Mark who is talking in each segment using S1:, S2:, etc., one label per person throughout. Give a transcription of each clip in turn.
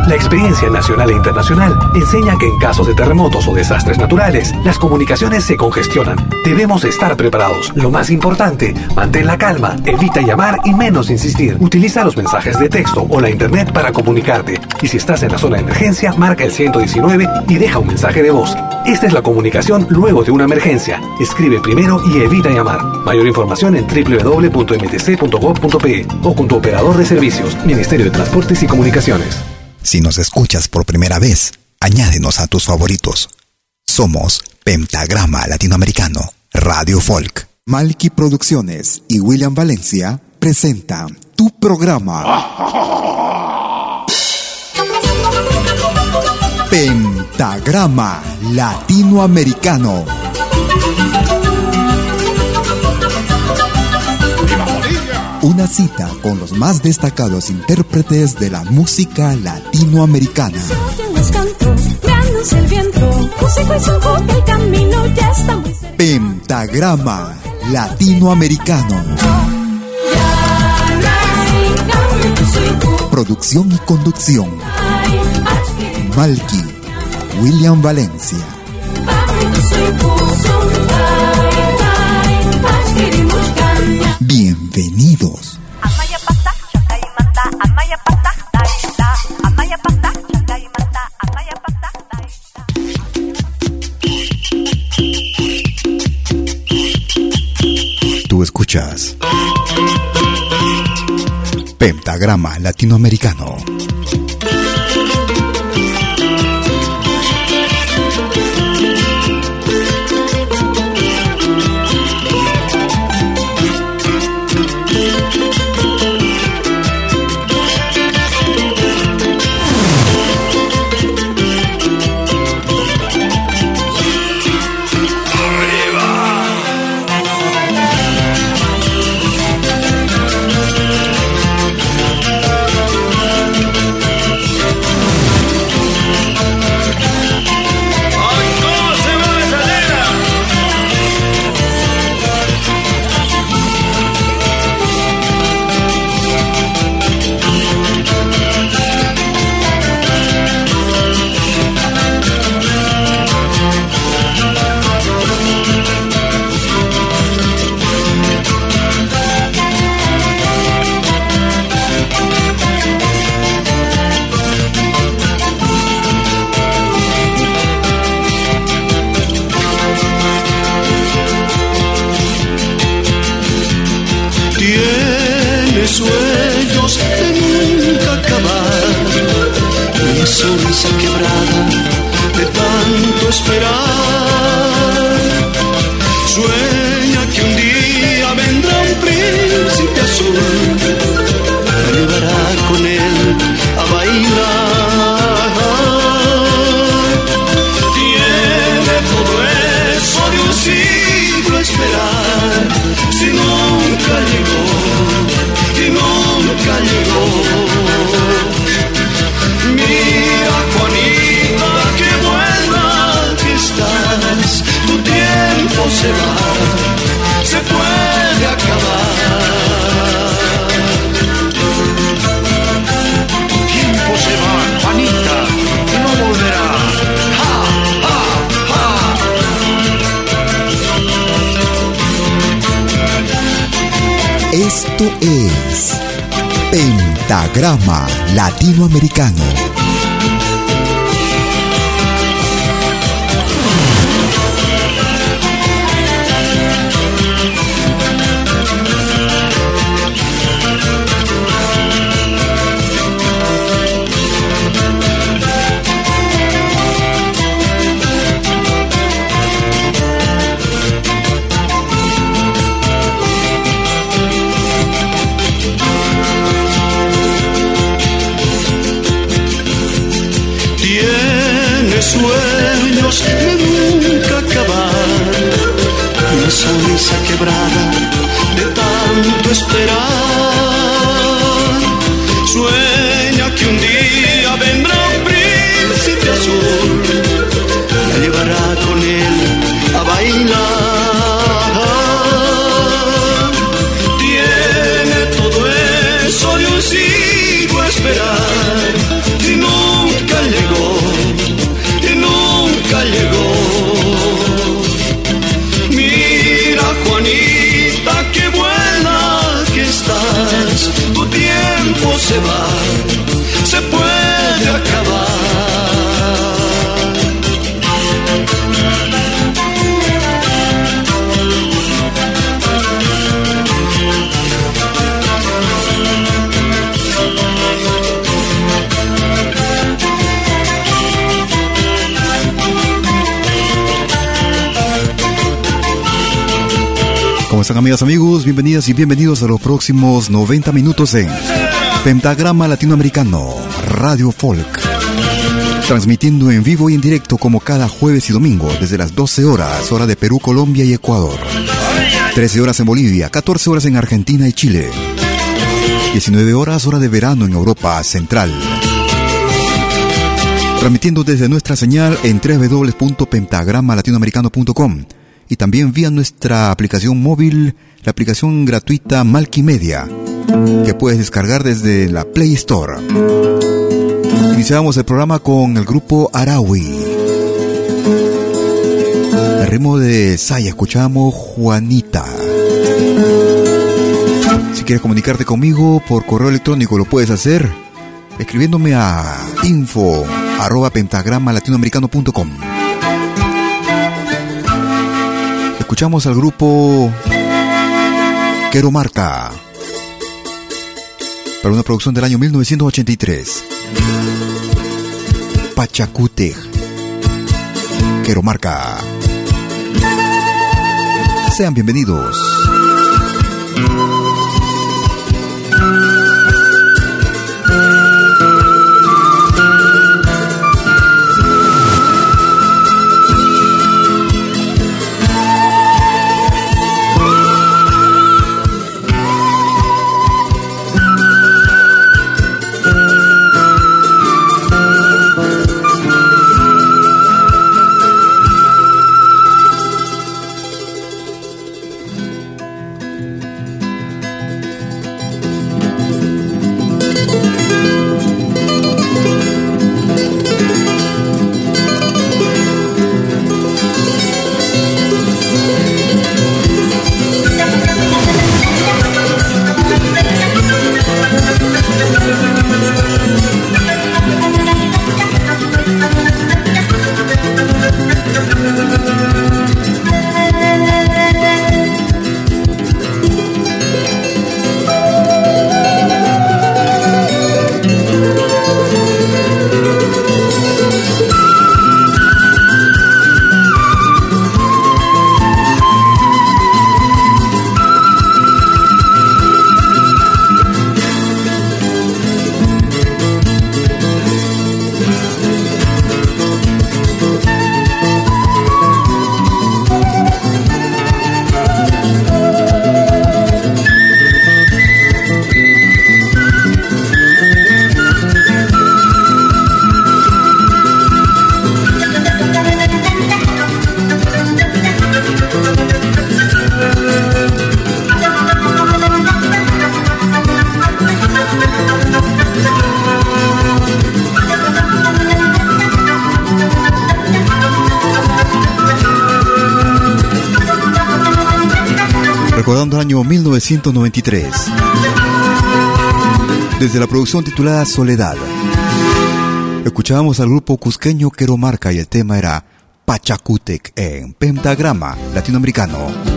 S1: La experiencia nacional e internacional enseña que en casos de terremotos o desastres naturales, las comunicaciones se congestionan. Debemos estar preparados. Lo más importante, mantén la calma, evita llamar y menos insistir. Utiliza los mensajes de texto o la internet para comunicarte. Y si estás en la zona de emergencia, marca el 119 y deja un mensaje de voz. Esta es la comunicación luego de una emergencia. Escribe primero y evita llamar. Mayor información en www.mtc.gov.pe o con tu operador de servicios, Ministerio de Transportes y Comunicaciones.
S2: Si nos escuchas por primera vez, añádenos a tus favoritos. Somos Pentagrama Latinoamericano, Radio Folk. Malky Producciones y William Valencia presentan tu programa Pentagrama Latinoamericano. Una cita con los más destacados intérpretes de la música latinoamericana. Pentagrama Latinoamericano. Producción y conducción: Malky, William Valencia. Bienvenidos. Tú escuchas Pentagrama Latinoamericano.
S3: Sueños de nunca acabar, una sonrisa quebrada de tanto esperar. Sueña que un día vendrá un príncipe azul, la llevará con él a bailar. Tiene todo eso de un siglo esperar, si nunca llegó. Y nunca llegó. Mira, Juanita, que buena que estás. Tu tiempo se va, se puede acabar. Tu tiempo se va, Juanita, y no volverá. ¡Ja, ja,
S2: ja! Esto es Pentagrama Latinoamericano.
S3: Sueños de nunca acabar, una sonrisa quebrada de tanto esperar. Sueña que un día vendrá un príncipe azul, la llevará con él a bailar. Tiene todo eso de un siglo esperar, y no
S2: ¿Cómo están, amigas, amigos? Bienvenidas y bienvenidos a los próximos 90 minutos en Pentagrama Latinoamericano, Radio Folk. Transmitiendo en vivo y en directo como cada jueves y domingo desde las 12 horas, hora de Perú, Colombia y Ecuador. 13 horas en Bolivia, 14 horas en Argentina y Chile. 19 horas, hora de verano en Europa Central. Transmitiendo desde nuestra señal en www.pentagramalatinoamericano.com y también vía nuestra aplicación móvil, la aplicación gratuita Malkimedia, que puedes descargar desde la Play Store. Iniciamos el programa con el grupo Araui. El ritmo de Saya, escuchamos Juanita. Si quieres comunicarte conmigo por correo electrónico, lo puedes hacer escribiéndome a info@pentagramalatinoamericano.com. Escuchamos al grupo Quero Marca para una producción del año 1983. Pachacútec, Quero Marca. Sean bienvenidos. Recordando el año 1993, desde la producción titulada Soledad, escuchábamos al grupo cusqueño Quero Marca y el tema era Pachacútec en Pentagrama Latinoamericano.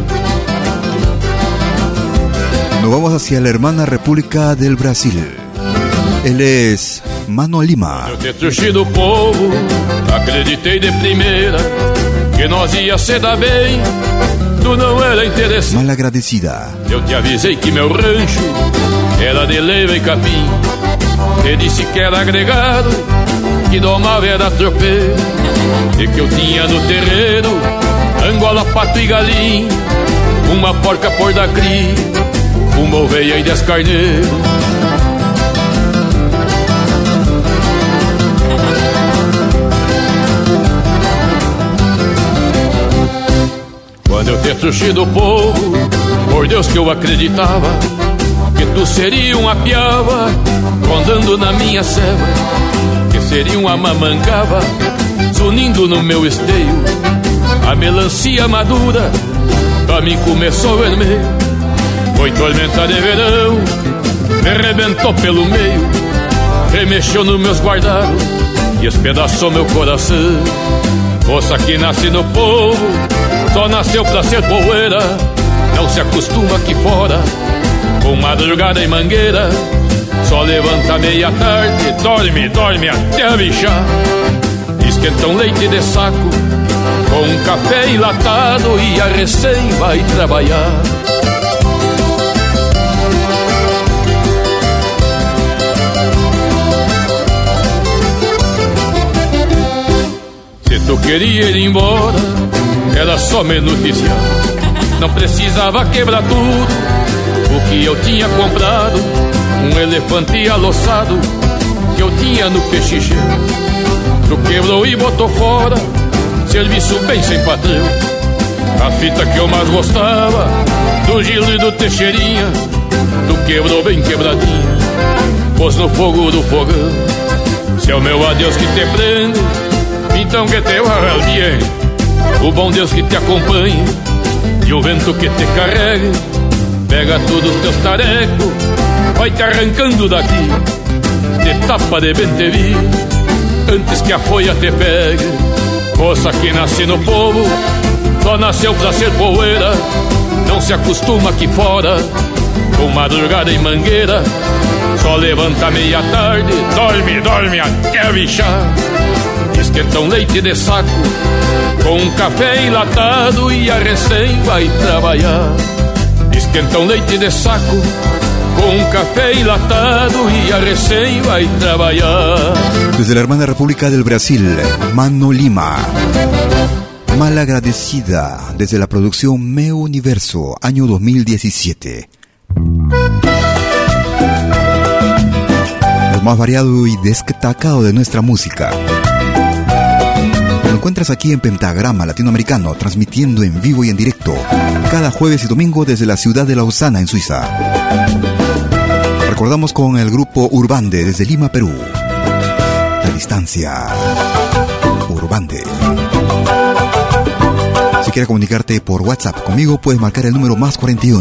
S2: Nos vamos hacia la hermana República del Brasil. Él es Mano Lima.
S4: Eu ter trouxido o povo, acreditei de primeira que nós ia se dar bem. Tu não era interessante.
S2: Malagradecida.
S4: Eu te avisei que meu rancho era de leiva e capim. Te disse que era agregado, que domava era tropeiro, e que eu tinha no terreiro angola, pato e galinha, uma porca por da cria, uma oveia e 10 carneiros. Quando eu ter trouxido o povo, por Deus que eu acreditava que tu seria uma piava rondando na minha ceva, que seria uma mamancava zunindo no meu esteio. A melancia madura pra mim começou vermelho, foi tormenta de verão, me arrebentou pelo meio, remexeu nos meus guardados e espedaçou meu coração. Moça que nasce no povo só nasceu pra ser poeira, não se acostuma aqui fora com madrugada e mangueira. Só levanta meia tarde, dorme até a bichar. Esquentam leite de saco com um café enlatado e a recém vai trabalhar. queria ir embora, ela só me noticiava. Não precisava quebrar tudo o que eu tinha comprado, um elefante aloçado que eu tinha no pechiché. Tu quebrou e botou fora, serviço bem sem patrão. A fita que eu mais gostava, do Gilo e do Teixeirinha, tu quebrou bem quebradinha, pôs no fogo do fogão. Se é o meu adeus que te prende, então que te vá bien. O bom Deus que te acompanhe e o vento que te carregue. Pega todos os teus tarecos, vai te arrancando daqui, te tapa de bentevi, antes que a folha te pegue. Moça que nasce no povo, só nasceu pra ser poeira. Não se acostuma aqui fora, com madrugada em mangueira. Só levanta meia tarde, dorme até bichar. Esquenta um leite de saco, com um café enlatado, e a recém vai trabalhar. Esquenta um leite de saco, com um café enlatado, y a recém vai trabalhar.
S2: Desde la hermana República del Brasil, Mano Lima. Malagradecida, desde la producción Meu Universo, año 2017. Lo más variado y destacado de nuestra música. Lo encuentras aquí en Pentagrama Latinoamericano, transmitiendo en vivo y en directo, cada jueves y domingo desde la ciudad de Lausana, en Suiza. Recordamos con el grupo Urbande desde Lima, Perú. La distancia. Urbande. Si quieres comunicarte por WhatsApp conmigo, puedes marcar el número más 41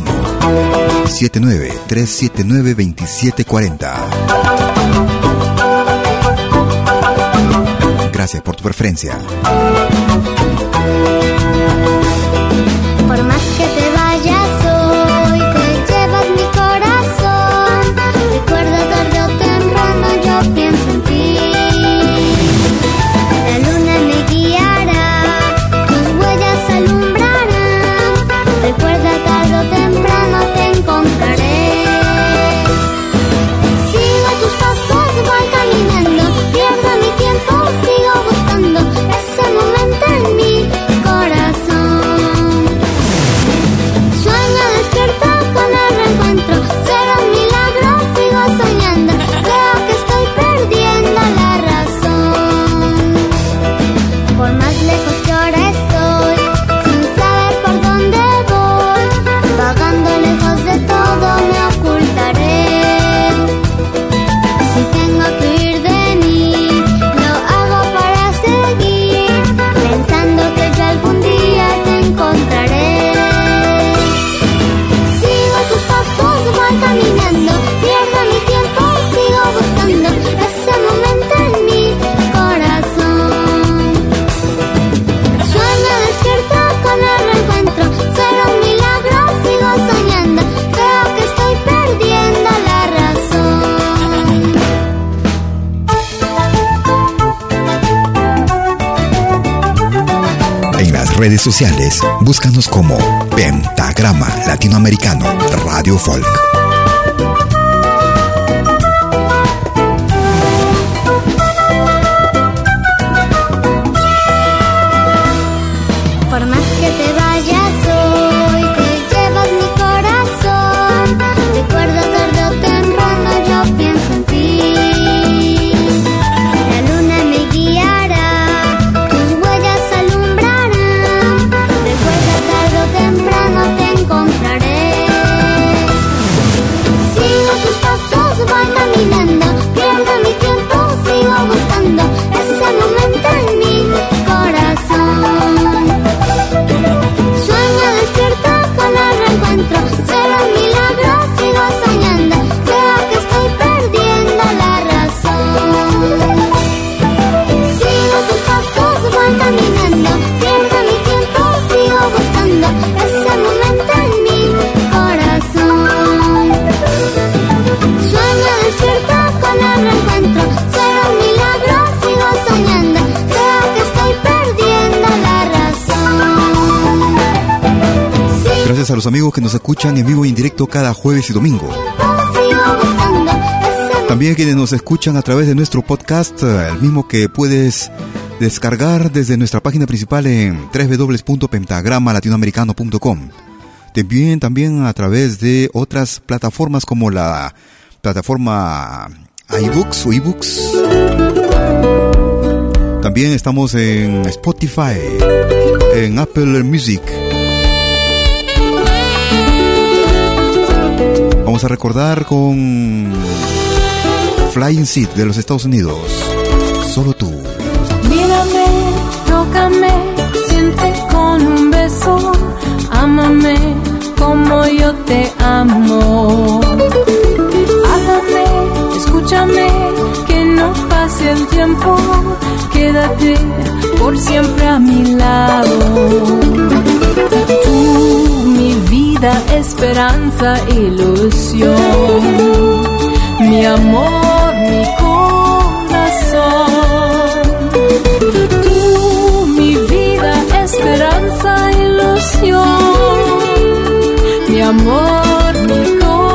S2: 79-379-2740. Gracias por tu preferencia.
S5: Por más que te vayas hoy, te llevas mi corazón. Recuerda tarde o temprano, yo pienso en ti. La luna me guiará, tus huellas alumbrarán. Recuerda tarde o temprano te encontraré. Sigo tus pasos, voy caminando, pierdo mi tiempo, sigo buscando ese momento en mi corazón. Sueño despierto con el reencuentro, será un milagro, sigo soñando, creo que estoy perdiendo la razón. Por más lejos que ahora estoy, sin saber por dónde voy, vagando lejos de todo me ocultaré. Si tengo que huir de mí, lo hago para seguir, pensando que yo algún día te encontraré. Sigo tus pasos, voy caminando, pierdo mi tiempo, sigo buscando ese momento en mi corazón. Sueño despierto con el reencuentro, será un milagro, sigo soñando, creo que estoy perdiendo la razón.
S2: En las redes sociales, búscanos como Pentagrama Latinoamericano Radio Folk.
S5: Por más que te vayas hoy, te llevas mi corazón. Recuerda tarde o temprano, yo pienso en ti. La luna me guiará, tus huellas alumbrarán. Recuerda tarde o temprano te encontraré. Sigo tus pasos, voy caminando, pierdo mi tiempo, sigo buscando ese momento en mi corazón. Sueño despierto con el reencuentro, será un milagro, sigo soñando, creo que estoy perdiendo la razón. Sigo tus pasos, voy caminando, pierdo mi tiempo, sigo buscando ese momento en mi corazón. Sueño despierto con el reencuentro, será un milagro, sigo soñando, creo que estoy perdiendo la razón.
S2: Gracias a los amigos que nos escuchan en vivo y en directo cada jueves y domingo.
S5: Sigo buscando ese
S2: También quienes nos escuchan a través de nuestro podcast, el mismo que puedes descargar desde nuestra página principal en www.pentagramalatinoamericano.com. También a través de otras plataformas como la plataforma iBooks o eBooks. También estamos en Spotify, en Apple Music. Vamos a recordar con Flying Seed de los Estados Unidos. Solo tú.
S6: Mírame, tócame, siente con un beso, ámame como yo te amo. Háblame, escúchame, que no pase el tiempo, quédate por siempre a mi lado. Tú, mi vida, esperanza, ilusión, mi amor, mi corazón. Tú, mi vida, esperanza, ilusión, mi amor, mi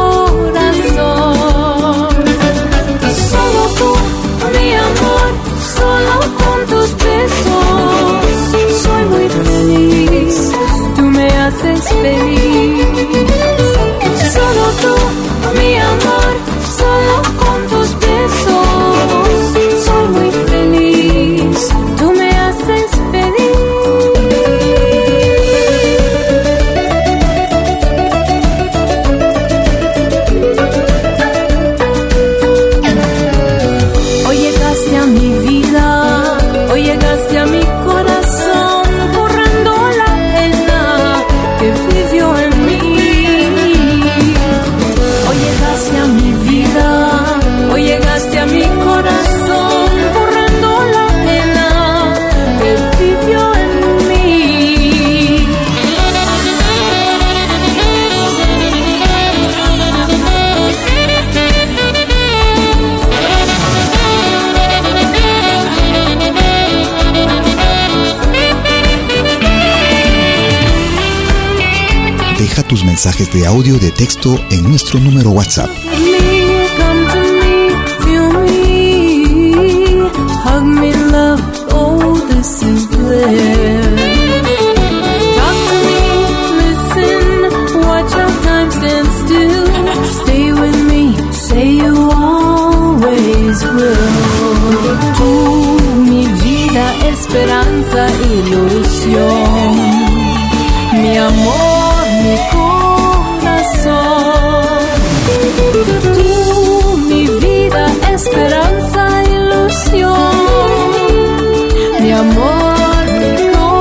S6: corazón. Solo tú, mi amor, solo con tus besos soy muy feliz, tú me haces feliz. Solo tú, mi amor, solo con tus besos soy muy feliz, tú me haces feliz. Hoy llegaste a mi vida, hoy llegaste a mi corazón, borrando la pena que vivió en mí. Hoy llegaste a mi vida, hoy llegaste a mi corazón, borrando la pena que vivió en mí.
S2: Deja tus mensajes de audio de texto en nuestro número WhatsApp.
S6: Come to me, feel me, hug me, love, oh, this is bliss. Talk to me, listen, watch our time stand still. Stay with me, say you always will. Tú, mi vida, esperanza, ilusión, mi amor, mi corazón. Tú, mi vida, esperanza, ilusión, mi amor, mi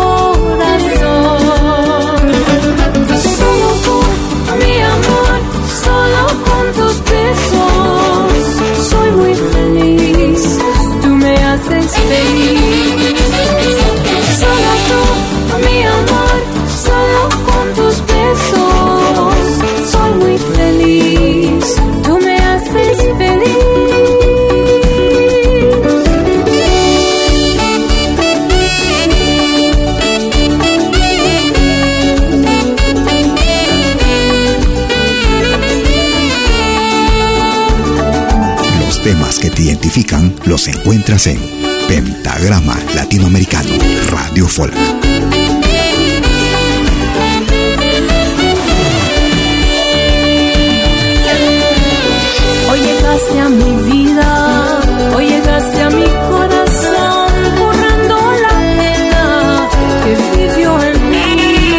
S6: corazón. Solo tú, mi amor, solo con tus besos soy muy feliz, tú me haces feliz. Solo tú, mi amor, solo con tus besos soy muy feliz, tú me haces feliz.
S2: Los temas que te identifican los encuentras en Pentagrama Latinoamericano, Radio Folk.
S6: Hoy llegaste a mi vida, hoy llegaste a mi corazón, borrando la pena que vivió en mí.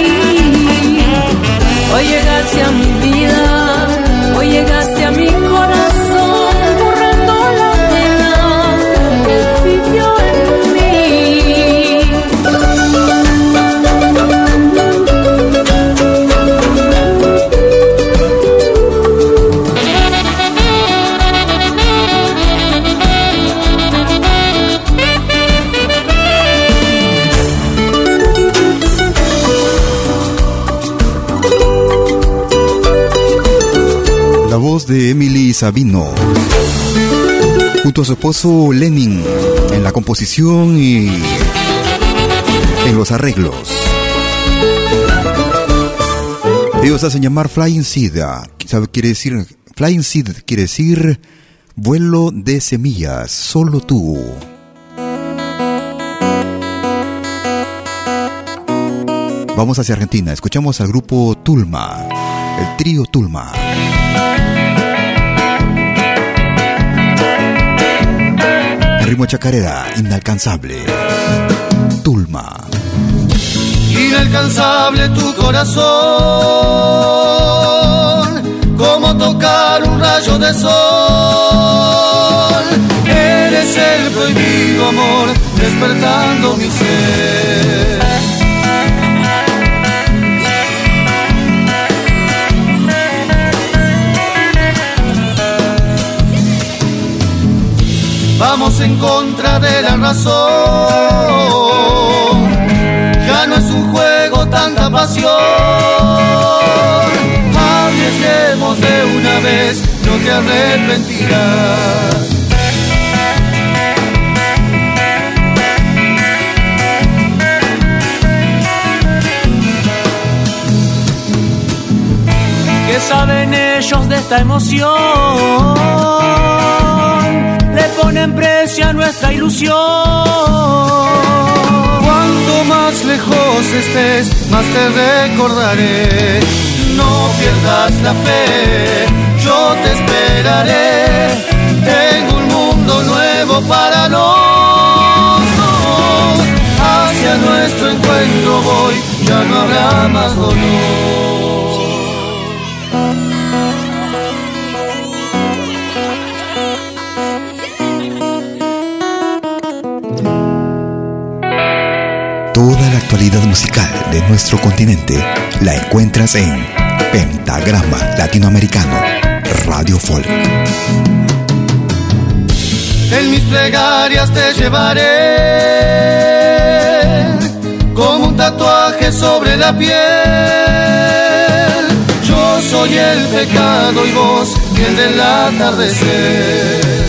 S6: Hoy llegaste a mi vida, hoy llegaste a mi corazón, borrando la pena que vivió en mí.
S2: La voz de Emily Sabino, junto a su esposo Lenin, en la composición y en los arreglos. Ellos hacen llamar Flying Seed. ¿Sabe qué quiere decir? Flying Seed quiere decir vuelo de semillas, solo tú. Vamos hacia Argentina, escuchamos al grupo Tulma, el trío Tulma. El ritmo chacarera, inalcanzable. Tulma.
S3: Inalcanzable tu corazón, como tocar un rayo de sol. Eres el prohibido amor, despertando mi ser. Vamos en contra de la razón, ya no es un juego tanta pasión. Arriesguemos de una vez, no te arrepentirás.
S6: ¿Qué saben ellos de esta emoción? Le ponen precio a nuestra ilusión.
S3: Cuanto más lejos estés, más te recordaré. No pierdas la fe, yo te esperaré. Tengo un mundo nuevo para los dos. Hacia nuestro encuentro voy, ya no habrá más dolor.
S2: Toda la actualidad musical de nuestro continente la encuentras en Pentagrama Latinoamericano, Radio Folk.
S3: En mis plegarias te llevaré, como un tatuaje sobre la piel. Yo soy el pecado y vos el del atardecer.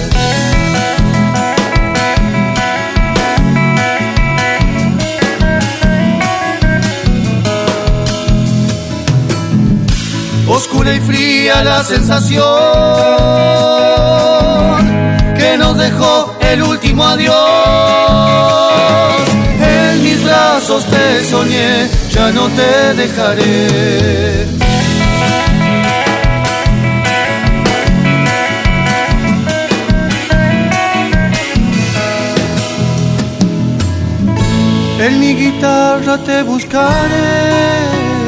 S3: Oscura y fría la sensación que nos dejó el último adiós. En mis brazos te soñé, ya no te dejaré. En mi guitarra te buscaré,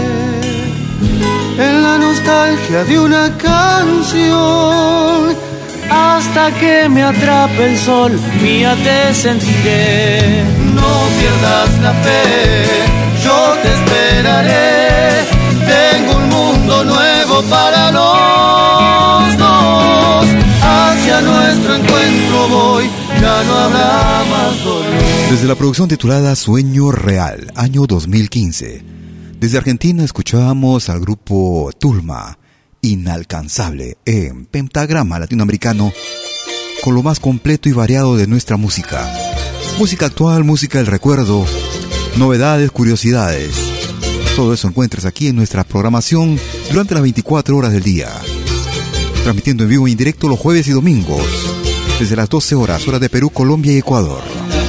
S3: en la nostalgia de una canción.
S6: Hasta que me atrape el sol, mía te sentiré.
S3: No pierdas la fe, yo te esperaré. Tengo un mundo nuevo para los dos. Hacia nuestro encuentro voy, ya no habrá más dolor.
S2: Desde la producción titulada Sueño Real, año 2015. Desde Argentina escuchábamos al grupo Tulma, Inalcanzable, en Pentagrama Latinoamericano, con lo más completo y variado de nuestra música. Música actual, música del recuerdo, novedades, curiosidades. Todo eso encuentras aquí en nuestra programación durante las 24 horas del día. Transmitiendo en vivo e indirecto los jueves y domingos, desde las 12 horas, hora de Perú, Colombia y Ecuador.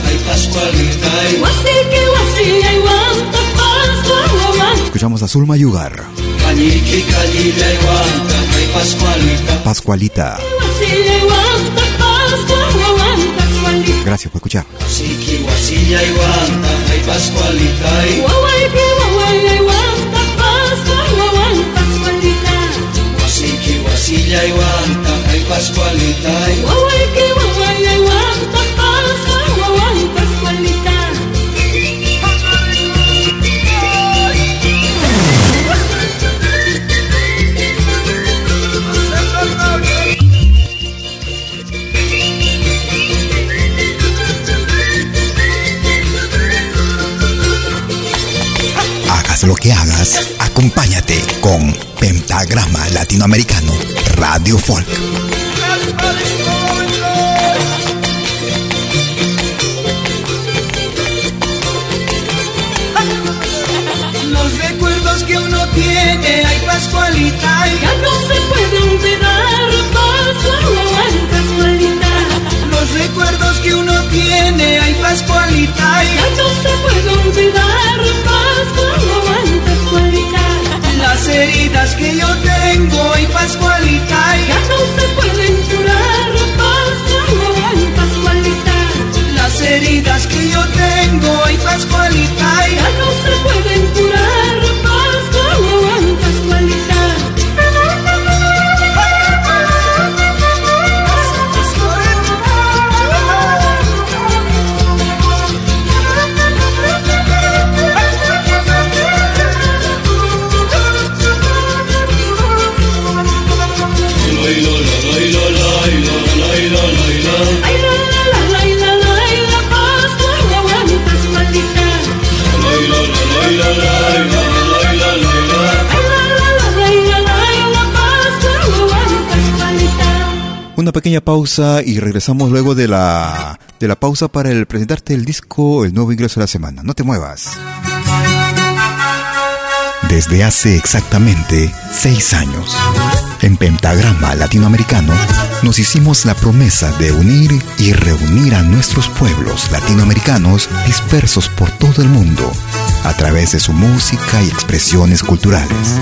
S2: Escuchamos a Zulma Yugar. Pascualita. Gracias por escuchar. Hagas lo que hagas, acompáñate con Pentagrama Latinoamericano, Radio Folk.
S3: Los recuerdos que uno tiene, ay Pascualita,
S6: Ya no se puede olvidar, Pascualita.
S3: los recuerdos que uno tiene, ay Pascualita,
S6: Ya no se puede olvidar, Pascualita.
S3: heridas que yo tengo, ay Pascualita, ay,
S6: ya no se pueden curar, Pascual, Pascualita.
S2: Una pequeña pausa y regresamos luego de la pausa para presentarte el disco, el nuevo ingreso de la semana. No te muevas. Desde hace exactamente 6 años, en Pentagrama Latinoamericano, nos hicimos la promesa de unir y reunir a nuestros pueblos latinoamericanos dispersos por todo el mundo, a través de su música y expresiones culturales.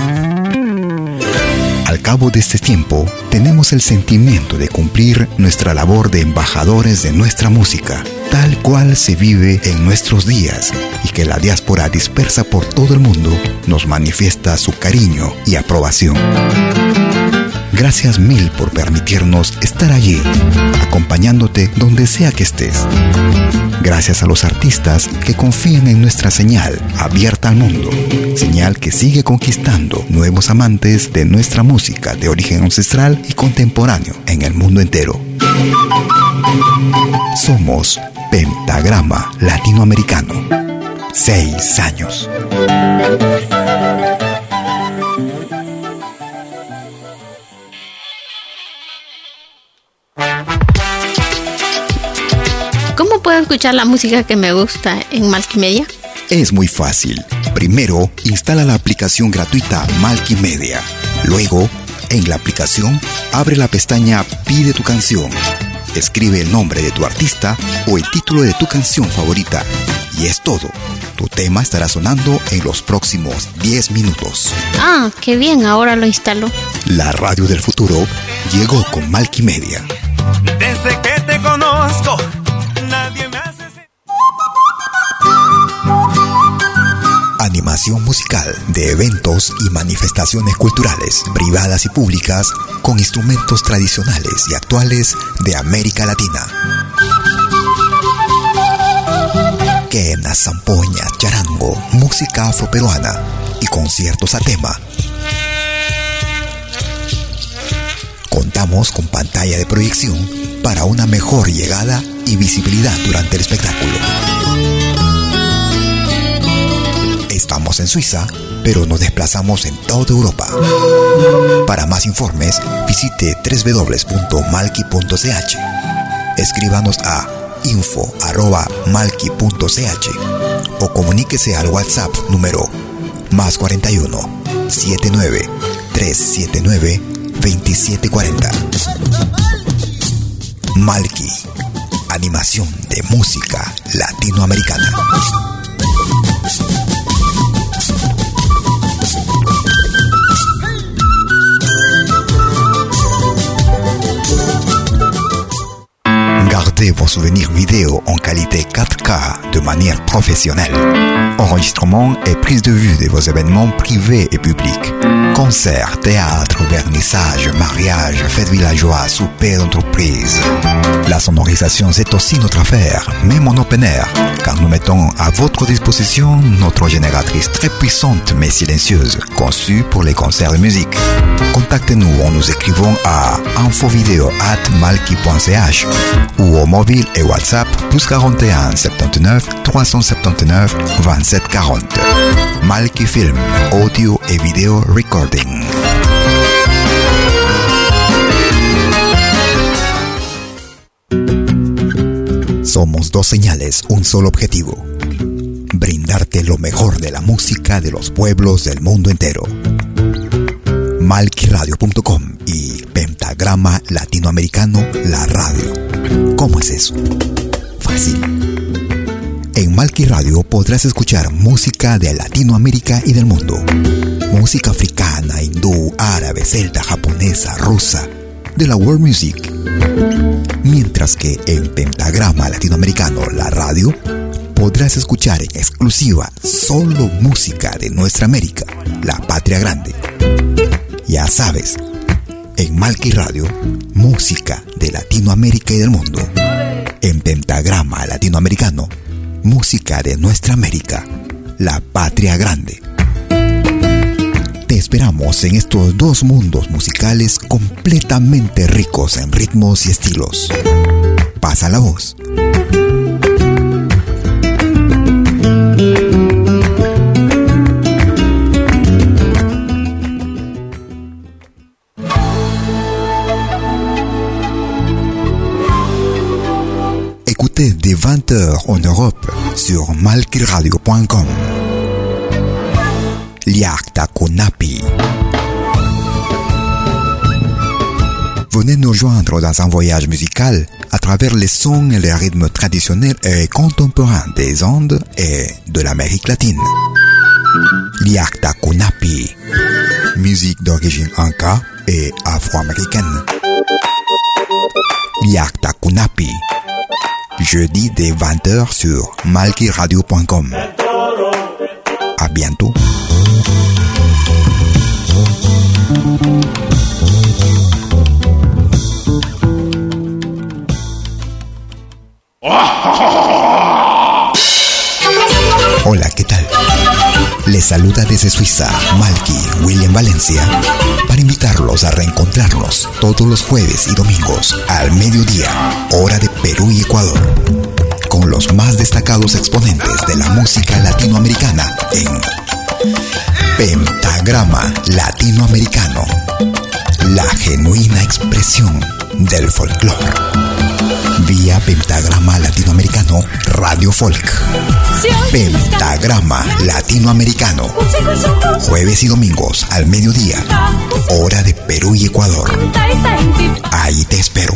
S2: Al cabo de este tiempo, tenemos el sentimiento de cumplir nuestra labor de embajadores de nuestra música, tal cual se vive en nuestros días, y que la diáspora dispersa por todo el mundo nos manifiesta su cariño y aprobación. Gracias mil por permitirnos estar allí, acompañándote donde sea que estés. Gracias a los artistas que confían en nuestra señal abierta al mundo, señal que sigue conquistando nuevos amantes de nuestra música de origen ancestral y contemporáneo en el mundo entero. Somos Pentagrama Latinoamericano. 6 años.
S7: ¿Cómo puedo escuchar la música que me gusta en Multimedia?
S2: Es muy fácil. Primero, instala la aplicación gratuita Multimedia. Luego, en la aplicación, abre la pestaña Pide tu canción. Escribe el nombre de tu artista o el título de tu canción favorita. Y es todo. Tu tema estará sonando en los próximos 10 minutos.
S7: Ah, qué bien, ahora lo instalo.
S2: La radio del futuro llegó con Multimedia.
S3: desde que te conozco, nadie me hace...
S2: Animación musical de eventos y manifestaciones culturales, privadas y públicas, con instrumentos tradicionales y actuales de América Latina. Quenas, zampoñas, charango, música afroperuana y conciertos a tema. Contamos con pantalla de proyección para una mejor llegada y visibilidad durante el espectáculo. Estamos en Suiza, pero nos desplazamos en toda Europa. Para más informes, visite www.malki.ch. Escríbanos a info@malki.ch o comuníquese al WhatsApp número +41 79 379 2740. Malki, animación de música latinoamericana. Gardez vos souvenirs vidéo en qualité 4K de manière professionnelle. Enregistrement et prise de vue de vos événements privés et publics. Concerts, théâtre, vernissage, mariage, fêtes villageois, souper d'entreprise. La sonorisation, c'est aussi notre affaire, même en open air, car nous mettons à votre disposition notre génératrice très puissante mais silencieuse, conçue pour les concerts de musique. Contactez-nous en nous écrivant à infovideo@malki.ch ou au mobile et WhatsApp +41 79 379 27 40. Malki Film, audio et vidéo recording. Somos dos señales, un solo objetivo: brindarte lo mejor de la música de los pueblos del mundo entero. Malkiradio.com y Pentagrama Latinoamericano, la radio. ¿Cómo es eso? Fácil. En Malki Radio podrás escuchar música de Latinoamérica y del mundo. Música africana, hindú, árabe, celta, japonesa, rusa, de la world music. Mientras que en Pentagrama Latinoamericano, la radio, podrás escuchar en exclusiva solo música de nuestra América, la patria grande. Ya sabes, en Malqui Radio, música de Latinoamérica y del mundo. En Pentagrama Latinoamericano, música de nuestra América, la patria grande. Te esperamos en estos dos mundos musicales completamente ricos en ritmos y estilos. Pasa la voz. Écoutez dès 20h en Europe sur malquiradio.com. Liakta Kunapi. Venez nous joindre dans un voyage musical à travers les sons et les rythmes traditionnels et contemporains des Andes et de l'Amérique latine. Liakta Kunapi. Musique d'origine inca et afro-américaine. Liakta Kunapi. Jeudi dès 20h sur malquiradio.com. À bientôt. Hola, ¿qué tal? Les saluda desde Suiza, Malqui William Valencia, para invitarlos a reencontrarnos todos los jueves y domingos al mediodía, hora de Perú y Ecuador, con los más destacados exponentes de la música latinoamericana en Pentagrama Latinoamericano, la genuina expresión del folclore. Vía Pentagrama Latinoamericano Radio Folk. Pentagrama Latinoamericano, jueves y domingos al mediodía, hora de Perú y Ecuador. Ahí te espero.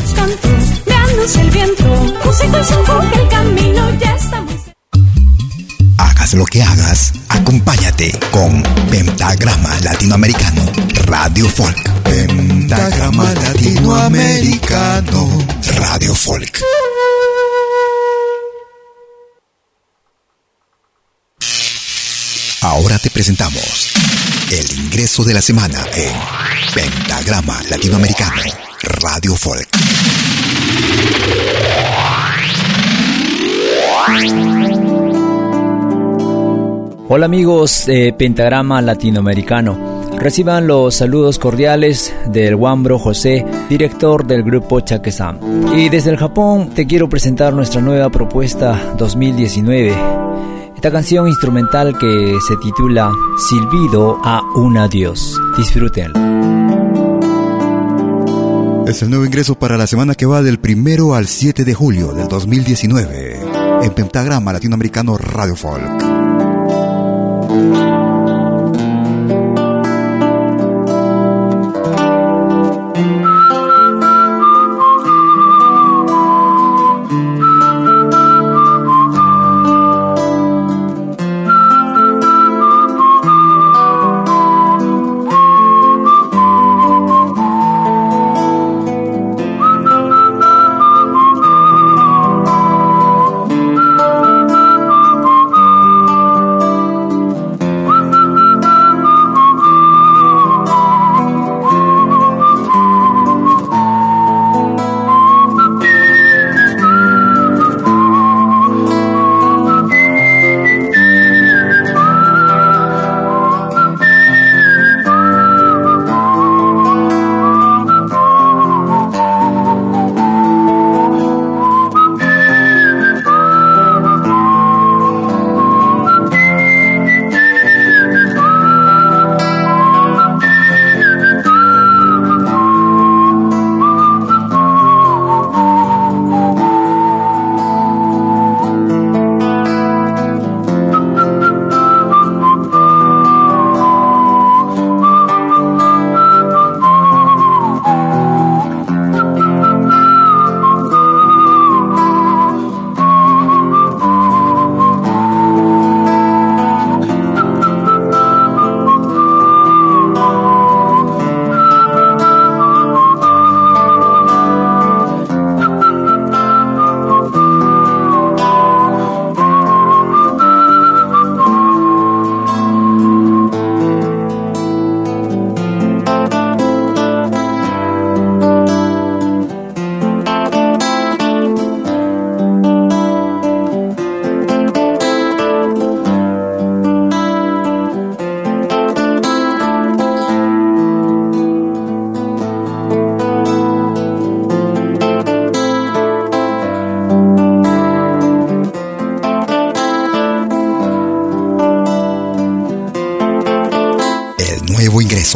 S2: Hagas lo que hagas, acompáñate con Pentagrama Latinoamericano Radio Folk. Pentagrama Latinoamericano Radio Folk. Ahora te presentamos el ingreso de la semana en Pentagrama Latinoamericano Radio Folk.
S8: Hola amigos de Pentagrama Latinoamericano. Reciban los saludos cordiales del Wambro José, director del grupo Chaquesam. Y desde el Japón te quiero presentar nuestra nueva propuesta 2019. Esta canción instrumental que se titula Silbido a un adiós. Disfrútenlo.
S2: Es el nuevo ingreso para la semana que va del 1 al 7 de julio del 2019 en Pentagrama Latinoamericano Radio Folk.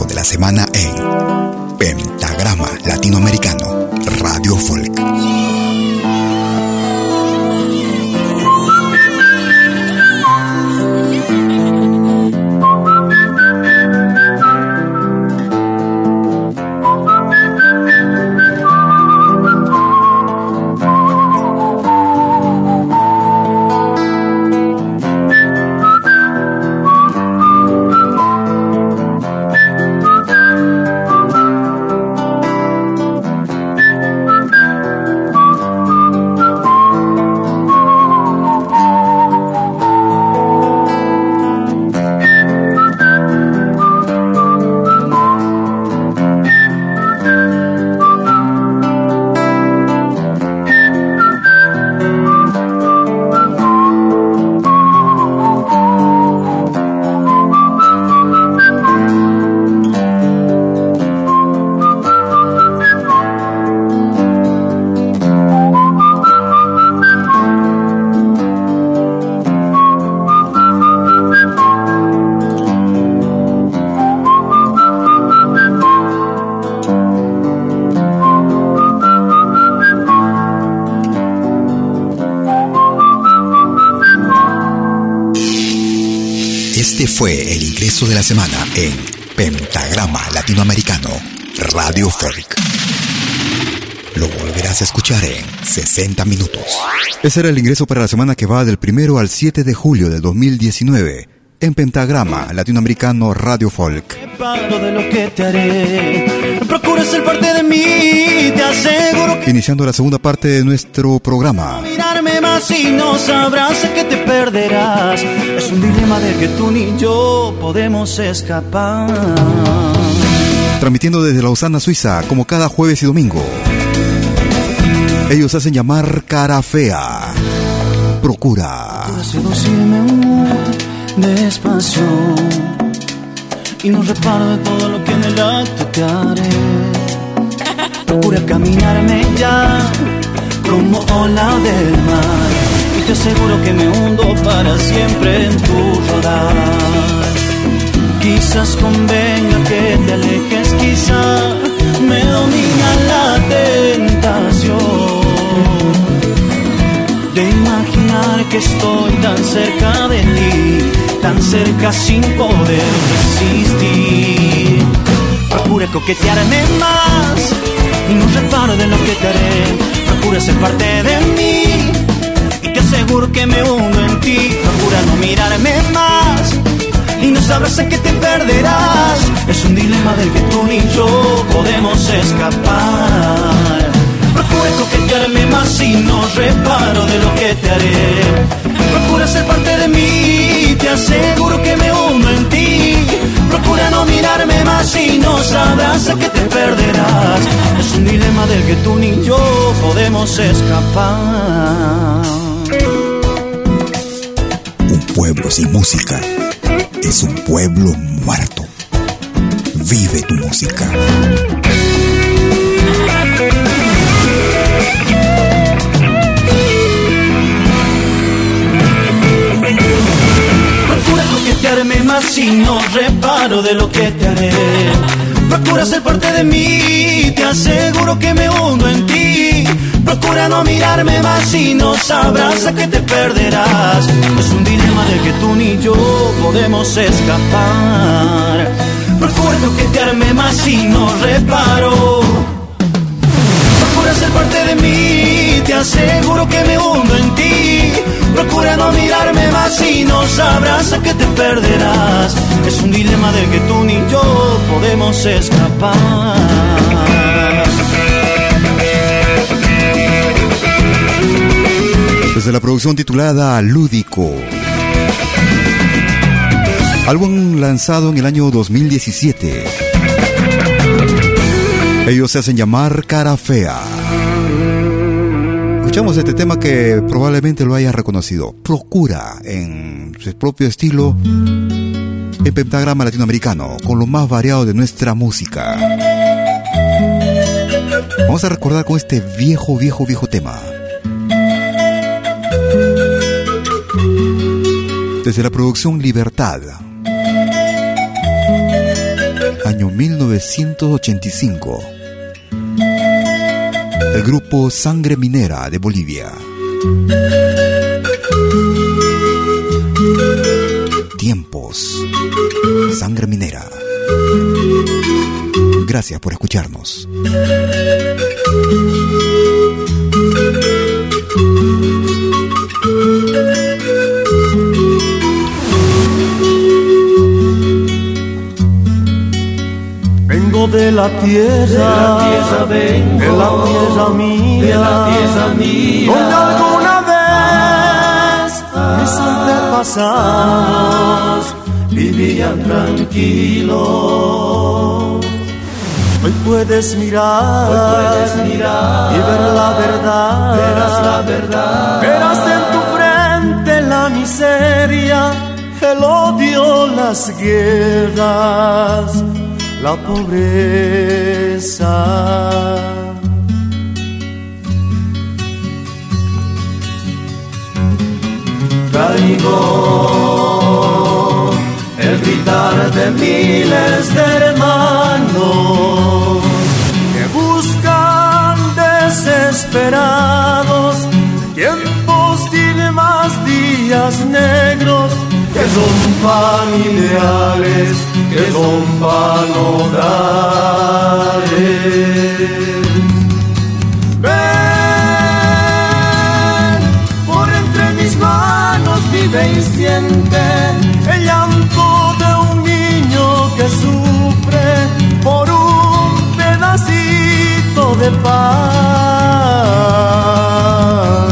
S2: de la semana en Pentagrama Latinoamericano, Radio Folk. Este fue el ingreso de la semana en Pentagrama Latinoamericano, Radio Folk. Lo volverás a escuchar en 60 minutos. Ese era el ingreso para la semana que va del 1 al 7 de julio del 2019 en Pentagrama Latinoamericano, Radio Folk.
S3: De lo que te haré, procura ser parte de mí, te aseguro que...
S2: Iniciando la segunda parte de nuestro programa.
S3: Mirarme más y no sabrás que te perderás. Es un dilema del que tú ni yo podemos escapar.
S2: Transmitiendo desde Lausana, Suiza, como cada jueves y domingo. Ellos hacen llamar Cara Fea. Procura
S3: seducirme muy despacio y no reparo de todo lo que en el acto te haré. Procura caminarme ya como ola del mar y te aseguro que me hundo para siempre en tu rodar. Quizás convenga que te alejes, quizá me domina la tentación de imaginar que estoy tan cerca de ti, tan cerca sin poder resistir. Procura coquetearme más y no reparo de lo que te haré. Procura ser parte de mí y te aseguro que me hundo en ti. Procura no mirarme más y no sabrás en qué te perderás. Es un dilema del que tú ni yo podemos escapar. Procura coquetearme más y no reparo de lo que te haré. Procura ser parte de mí, te aseguro que me hundo en ti. Procura no mirarme más y no sabrás a qué te perderás. Es un dilema del que tú ni yo podemos escapar.
S2: Un pueblo sin música es un pueblo muerto. Vive tu música.
S3: Procura coquetearme más y no reparo de lo que te haré. Procura ser parte de mí, te aseguro que me hundo en ti. Procura no mirarme más y no sabrás a qué te perderás. Es un dilema del que tú ni yo podemos escapar. Procura coquetearme más y no reparo. Procura ser parte de mí, te aseguro que me hundo en ti. Procura no mirarme más y no sabrás a qué te perderás. Es un dilema del que tú ni yo podemos escapar.
S2: Desde la producción titulada Lúdico, álbum lanzado en el año 2017. Ellos se hacen llamar Cara Fea. Escuchamos este tema que probablemente lo hayas reconocido. Procura, en su propio estilo, en Pentagrama Latinoamericano, con lo más variado de nuestra música. Vamos a recordar con este viejo tema. Desde la producción Libertad, año 1985. El grupo Sangre Minera de Bolivia. Tiempos. Sangre Minera. Gracias por escucharnos.
S3: Vengo de la tierra, vengo, de la tierra mía, donde alguna vez mis antepasados vivían tranquilos. Hoy puedes mirar y ver la verdad, verás en tu frente la miseria, el odio, las guerras, la pobreza. Traigo el gritar de miles de hermanos que buscan desesperados tiempos sin más días negros, que rompan ideales, que rompan hogares. Ven, por entre mis manos vive y siente el llanto de un niño que sufre por un pedacito de pan.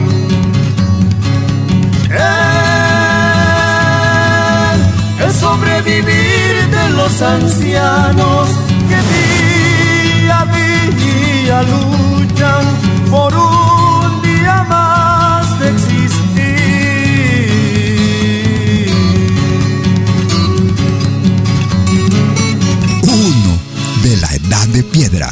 S3: Sobrevivir de los ancianos que día a día luchan por un día más de existir.
S2: Uno de la Edad de Piedra.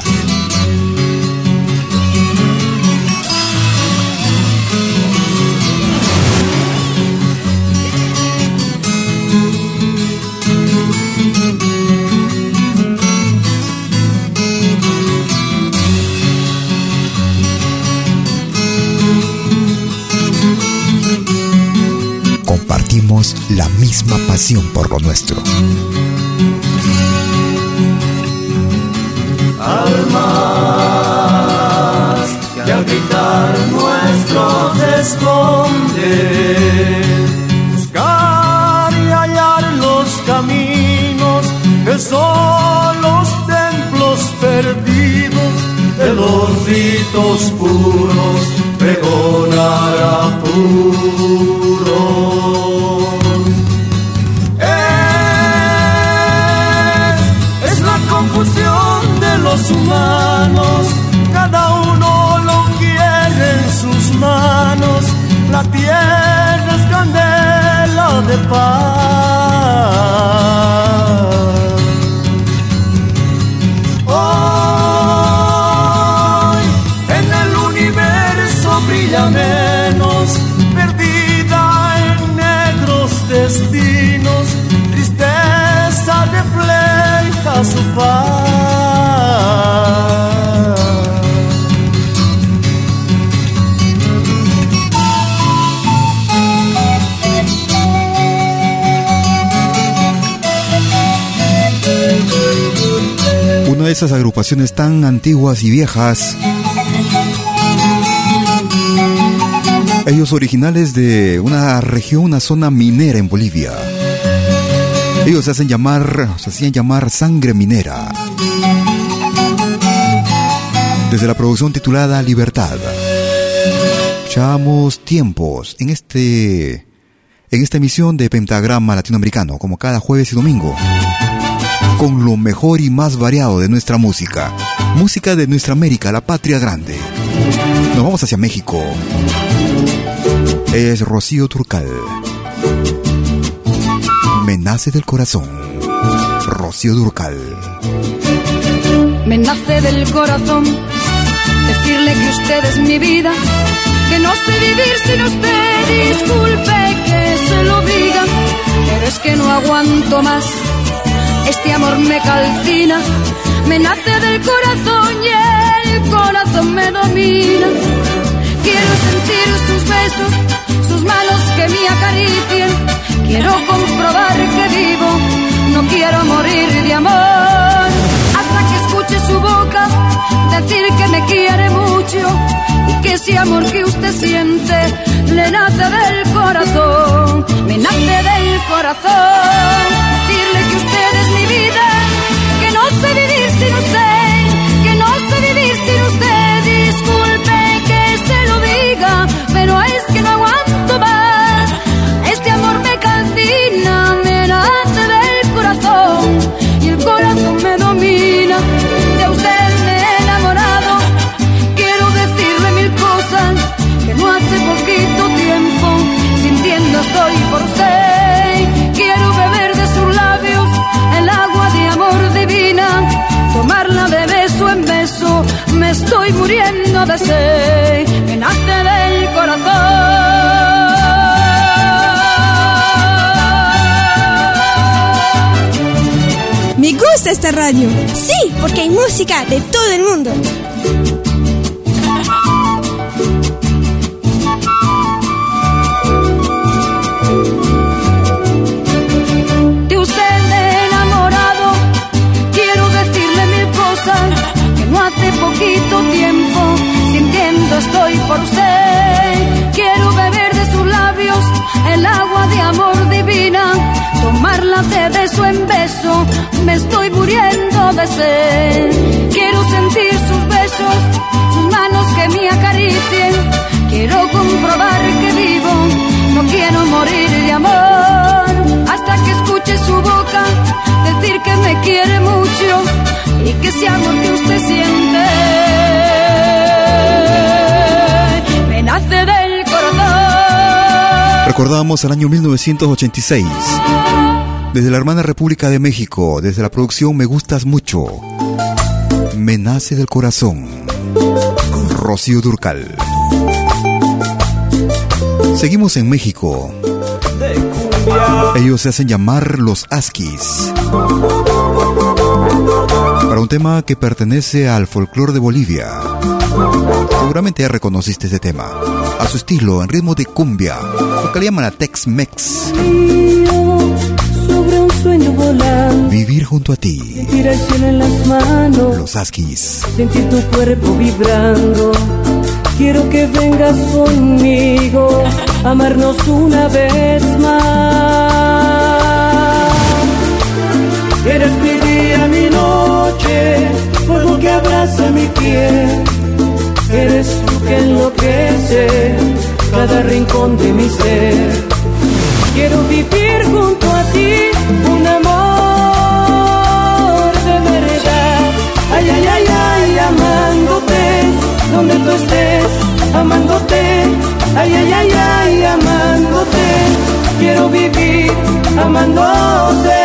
S2: Compartimos la misma pasión por lo nuestro.
S3: Almas que al gritar nuestros esconden, buscar y hallar los caminos que son los templos perdidos de los ritos puros, pregonar a puros. Es la confusión de los humanos, cada uno lo quiere en sus manos, la tierra es candela de paz. Hoy en el universo brilla menos, perdida en negros destinos, tristeza refleja su paz.
S2: Una de esas agrupaciones tan antiguas y viejas, ellos originales de una región, una zona minera en Bolivia. Ellos se hacían llamar Sangre Minera. Desde la producción titulada Libertad. Escuchamos Tiempos en esta emisión de Pentagrama Latinoamericano, como cada jueves y domingo, con lo mejor y más variado de nuestra música. Música de nuestra América, la patria grande. Nos vamos hacia México. Es Rocío Dúrcal. Me nace del corazón. Rocío Dúrcal.
S9: Me nace del corazón decirle que usted es mi vida, que no sé vivir sin usted. Disculpe que se lo diga, pero es que no aguanto más Este amor me calcina, me nace del corazón y el corazón me domina. Quiero sentir sus besos, sus manos que me acaricien. Quiero comprobar que vivo, no quiero morir de amor. Hasta que escuche su boca decir que me quiere mucho y que ese amor que usted siente le nace del corazón, me nace del corazón. Decirle que usted es mi vida, que no sé vivir sin usted, que no sé vivir sin usted. Disculpe que se lo diga, pero es que no aguanto más. Este amor me calcina, me nace del corazón y el corazón me domina. De usted me he enamorado, quiero decirle mil cosas que no hace poquito tiempo sintiendo estoy por usted. Quiero beber de sus labios el agua de amor divina, tomarla de beso en beso, me estoy muriendo de sed, me nace del corazón.
S10: Me gusta esta radio. Sí, porque hay música de todo el mundo.
S9: De usted me he enamorado, quiero decirle mil cosas que no hace poquito tiempo sintiendo estoy por usted. Quiero beber de sus labios el agua de amor divina, tomarla de beso en beso, me estoy muriendo de sed. Quiero sentir sus besos, sus manos que me acaricien. Quiero comprobar que vivo, no quiero morir de amor. Hasta que escuche su boca decir que me quiere mucho y que ese amor que usted siente me nace del corazón.
S2: Recordamos el año 1986. Desde la hermana República de México, desde la producción Me Gustas Mucho, Me Nace del Corazón, con Rocío Dúrcal. Seguimos en México. Ellos se hacen llamar Los Asquis, para un tema que pertenece al folclore de Bolivia. Seguramente ya reconociste este tema, a su estilo, en ritmo de cumbia, lo que le llaman a Tex-Mex.
S6: Sobre un sueño volando,
S2: Vivir junto a ti.
S6: sentir el cielo en las manos,
S2: Los Asquis.
S6: sentir tu cuerpo vibrando. Quiero que vengas conmigo, amarnos una vez más. Eres mi día, mi noche, fuego que abraza mi piel. Eres tú que enloquece cada rincón de mi ser. Quiero vivir junto a ti un amor de verdad. Ay, ay, ay, ay, amándote donde tú estés, amándote. Ay, ay, ay, ay, amándote. Quiero vivir amándote.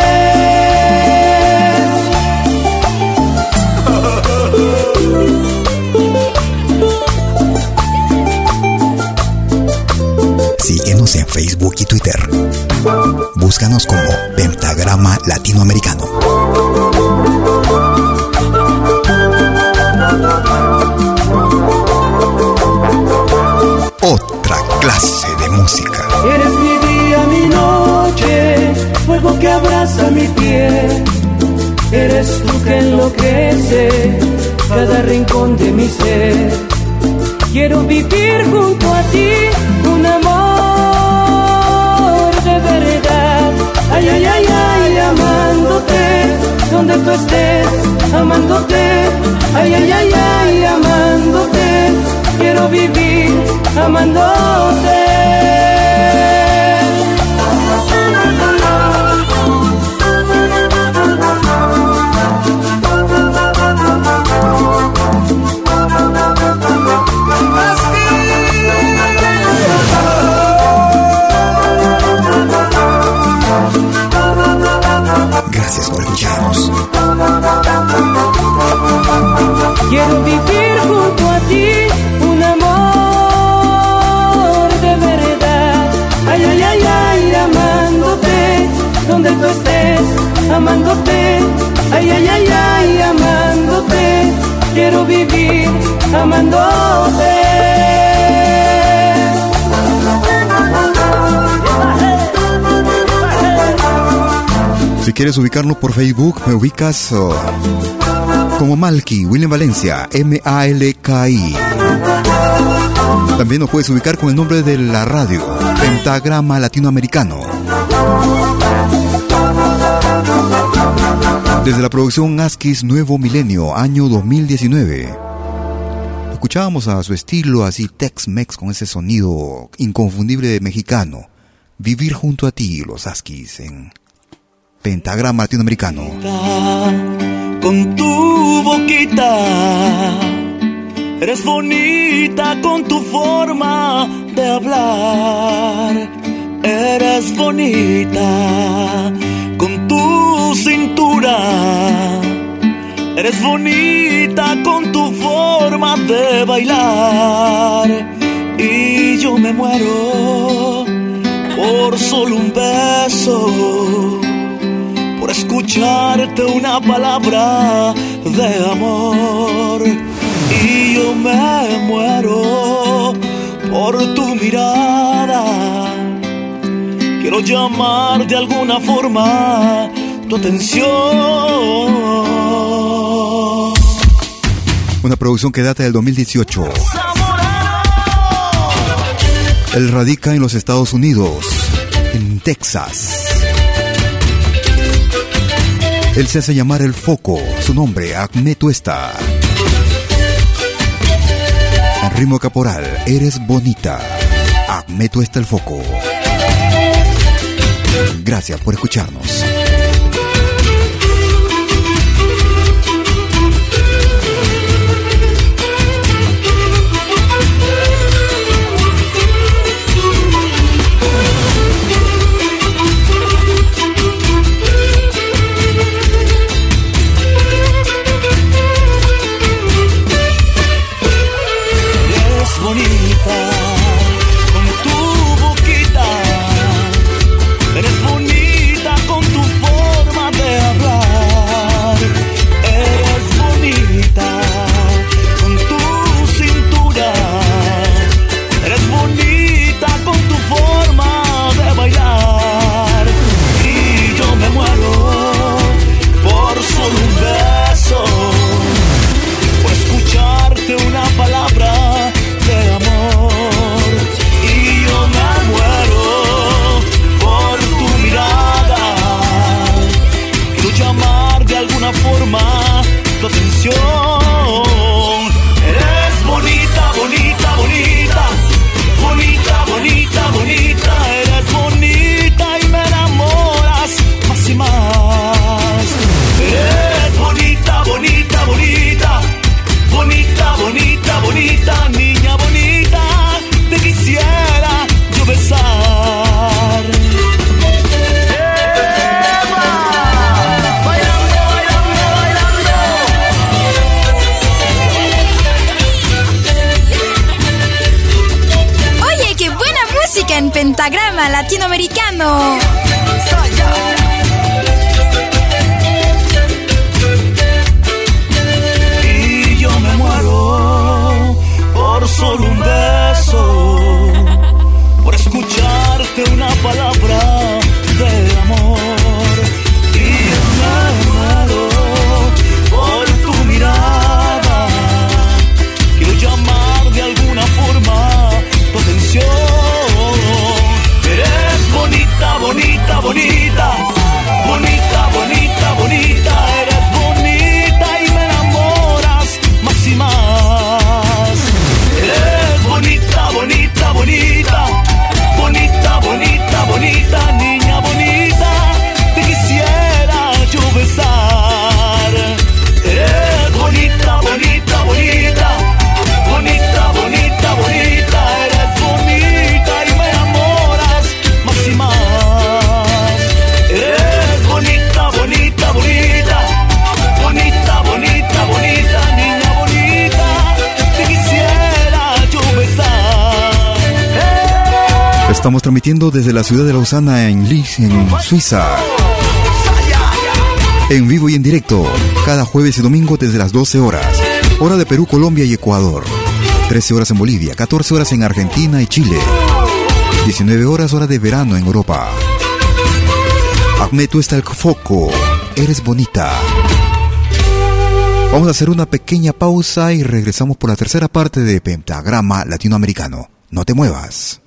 S2: Síguenos en Facebook y Twitter. Búscanos como Pentagrama Latinoamericano. Otra clase de música.
S6: Eres mi día, mi noche, fuego que abraza mi piel. Eres tú que enloquece cada rincón de mi ser. Quiero vivir junto a ti un amor de verdad. Ay, ay, ay, ay, amándote donde tú estés, amándote. Ay, ay, ay, ay, amándote. Quiero vivir amándote.
S2: Gracias por escucharnos.
S6: Quiero vivir junto a ti un amor de amándote, ay, ay, ay, ay, amándote, quiero vivir amándote.
S2: Si quieres ubicarlo por Facebook, me ubicas como Malky, William Valencia, M-A-L-K-I. También nos puedes ubicar con el nombre de la radio, Pentagrama Latinoamericano. Desde la producción Askis Nuevo Milenio, año 2019. Escuchábamos a su estilo así Tex-Mex con ese sonido inconfundible mexicano. Vivir junto a ti, los Askis en Pentagrama Latinoamericano.
S3: Con tu boquita, eres bonita con tu forma de hablar. Eres bonita con tu cintura. Eres bonita con tu forma de bailar. Y yo me muero por solo un beso, por escucharte una palabra de amor. Y yo me muero por tu mirada. Quiero llamar de alguna forma tu atención.
S2: Una producción que data del 2018. Él radica en los Estados Unidos, en Texas. Él se hace llamar El Foco, su nombre, Acme Tuesta. En ritmo caporal, Eres bonita, Acme Tuesta El Foco. Gracias por escucharnos.
S10: Pentagrama Latinoamericano.
S3: Y yo me muero por solo un beso, por escucharte una palabra de amor. Y yo me muero por tu mirada. Quiero llamar de alguna forma tu atención. Bonita, bonita, bonita, bonita, bonita, eres bonita y me enamoras más y más. Eres bonita, bonita, bonita, bonita, bonita, bonita, niña bonita, te quisiera yo besar. Eres bonita, bonita, bonita, bonita, bonita, bonita, eres bonita y me enamoras más y más. Eres bonita, bonita, bonita, bonita, bonita, bonita, niña bonita, te quisiera yo besar.
S2: Estamos transmitiendo desde la ciudad de Lausana en Suiza. En vivo y en directo, cada jueves y domingo desde las 12 horas. Hora de Perú, Colombia y Ecuador. 13 horas en Bolivia, 14 horas en Argentina y Chile. 19 horas hora de verano en Europa. Ahmed, tú está el foco. Eres bonita. Vamos a hacer una pequeña pausa y regresamos por la tercera parte de Pentagrama Latinoamericano. No te muevas.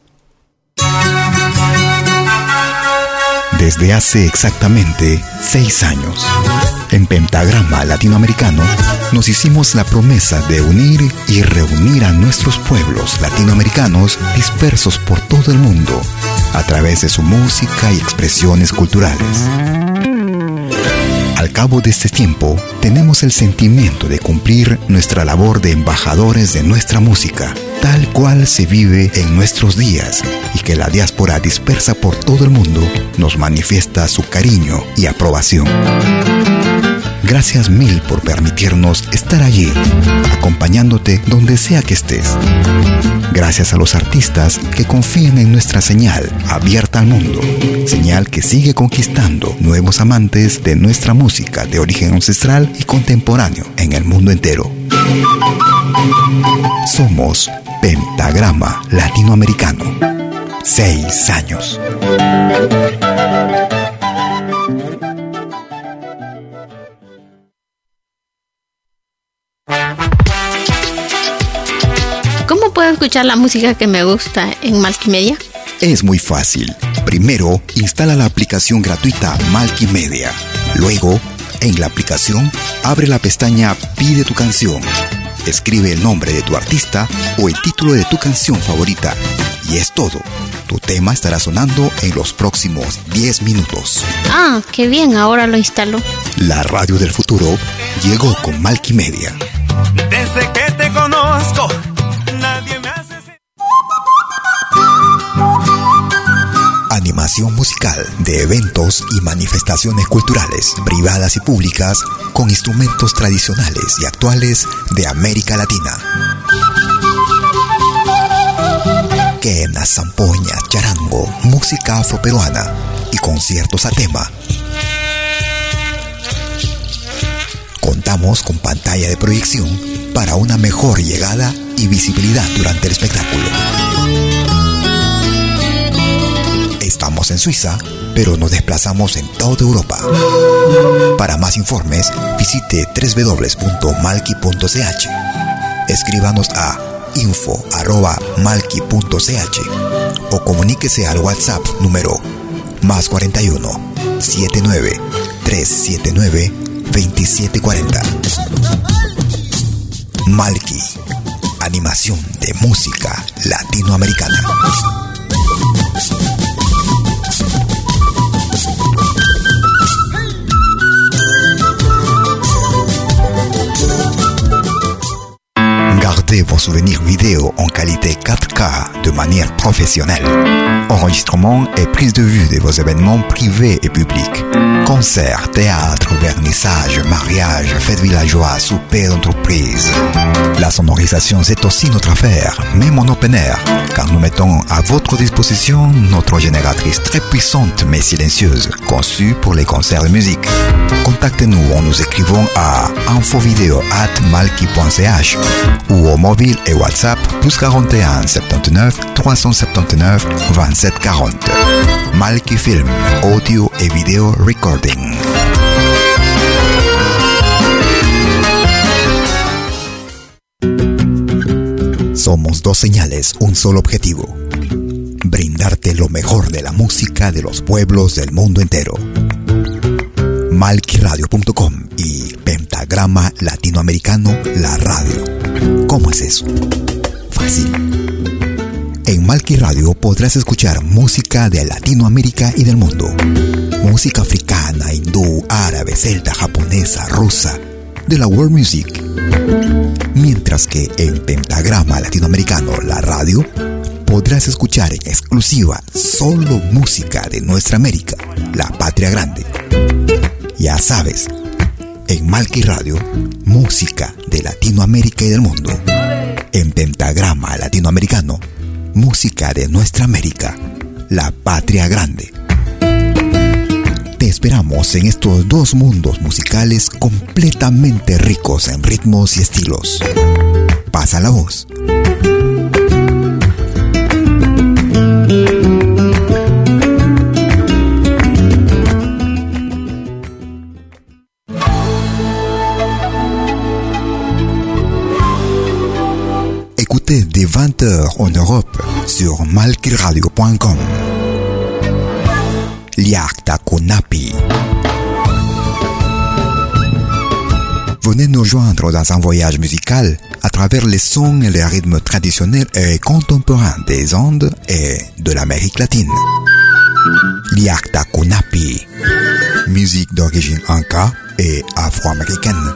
S2: Desde hace exactamente 6 años, en Pentagrama Latinoamericano, nos hicimos la promesa de unir y reunir a nuestros pueblos latinoamericanos dispersos por todo el mundo, a través de su música y expresiones culturales. Al cabo de este tiempo, tenemos el sentimiento de cumplir nuestra labor de embajadores de nuestra música, tal cual se vive en nuestros días, y que la diáspora dispersa por todo el mundo nos manifiesta su cariño y aprobación. Gracias mil por permitirnos estar allí, acompañándote donde sea que estés. Gracias a los artistas que confían en nuestra señal abierta al mundo, señal que sigue conquistando nuevos amantes de nuestra música de origen ancestral y contemporáneo en el mundo entero. Somos Pentagrama Latinoamericano. 6 años.
S7: ¿Cómo puedo escuchar la música que me gusta en Multimedia?
S2: Es muy fácil. Primero, instala la aplicación gratuita Multimedia. Luego, en la aplicación, abre la pestaña Pide tu canción. Escribe el nombre de tu artista o el título de tu canción favorita. Y es todo. Tu tema estará sonando en los próximos 10 minutos.
S7: Ah, qué bien, ahora lo instalo.
S2: La radio del futuro llegó con Multimedia.
S3: Desde que te conozco, nadie me hace...
S2: Animación musical de eventos y manifestaciones culturales, privadas y públicas, con instrumentos tradicionales y actuales de América Latina. Quenas, zampoñas, charango, música afroperuana y conciertos a tema. Contamos con pantalla de proyección para una mejor llegada y visibilidad durante el espectáculo. Estamos en Suiza, pero nos desplazamos en toda Europa. Para más informes, visite www.malki.ch. Escríbanos a info@malki.ch o comuníquese al WhatsApp número +41 79 379 2740. Malki, animación de música latinoamericana. Gardez vos souvenirs vidéo en qualité 4K de manière professionnelle. Enregistrement et prise de vue de vos événements privés et publics. Concerts, théâtre, vernissage, mariage, fêtes villageoises, souper d'entreprise. La sonorisation, c'est aussi notre affaire, même en open air, car nous mettons à votre disposition notre génératrice très puissante mais silencieuse, conçue pour les concerts de musique. Contactez-nous en nous écrivant à infovideo@malki.ch ou au mobile et WhatsApp +41 79 379 27 40. Malki Film, audio et vidéo recording. Somos 2 señales, un solo objetivo. Brindarte lo mejor de la música de los pueblos del mundo entero. malkiradio.com y Pentagrama Latinoamericano, la radio. ¿Cómo es eso? Fácil. En Malki Radio podrás escuchar música de Latinoamérica y del mundo. Música africana, hindú, árabe, celta, japonesa, rusa, de la world music. Mientras que en Pentagrama Latinoamericano, la radio, podrás escuchar en exclusiva solo música de nuestra América, la patria grande. Ya sabes, en Malki Radio, música de Latinoamérica y del mundo. En Pentagrama Latinoamericano, música de nuestra América, la patria grande. Te esperamos en estos dos mundos musicales completamente ricos en ritmos y estilos. Pasa la voz. Écoutez dès 20h en Europe sur malkiradio.com. Liakta Kunapi. Venez nous joindre dans un voyage musical à travers les sons et les rythmes traditionnels et contemporains des Andes et de l'Amérique latine. Liakta Kunapi. Musique d'origine inca et afro-américaine.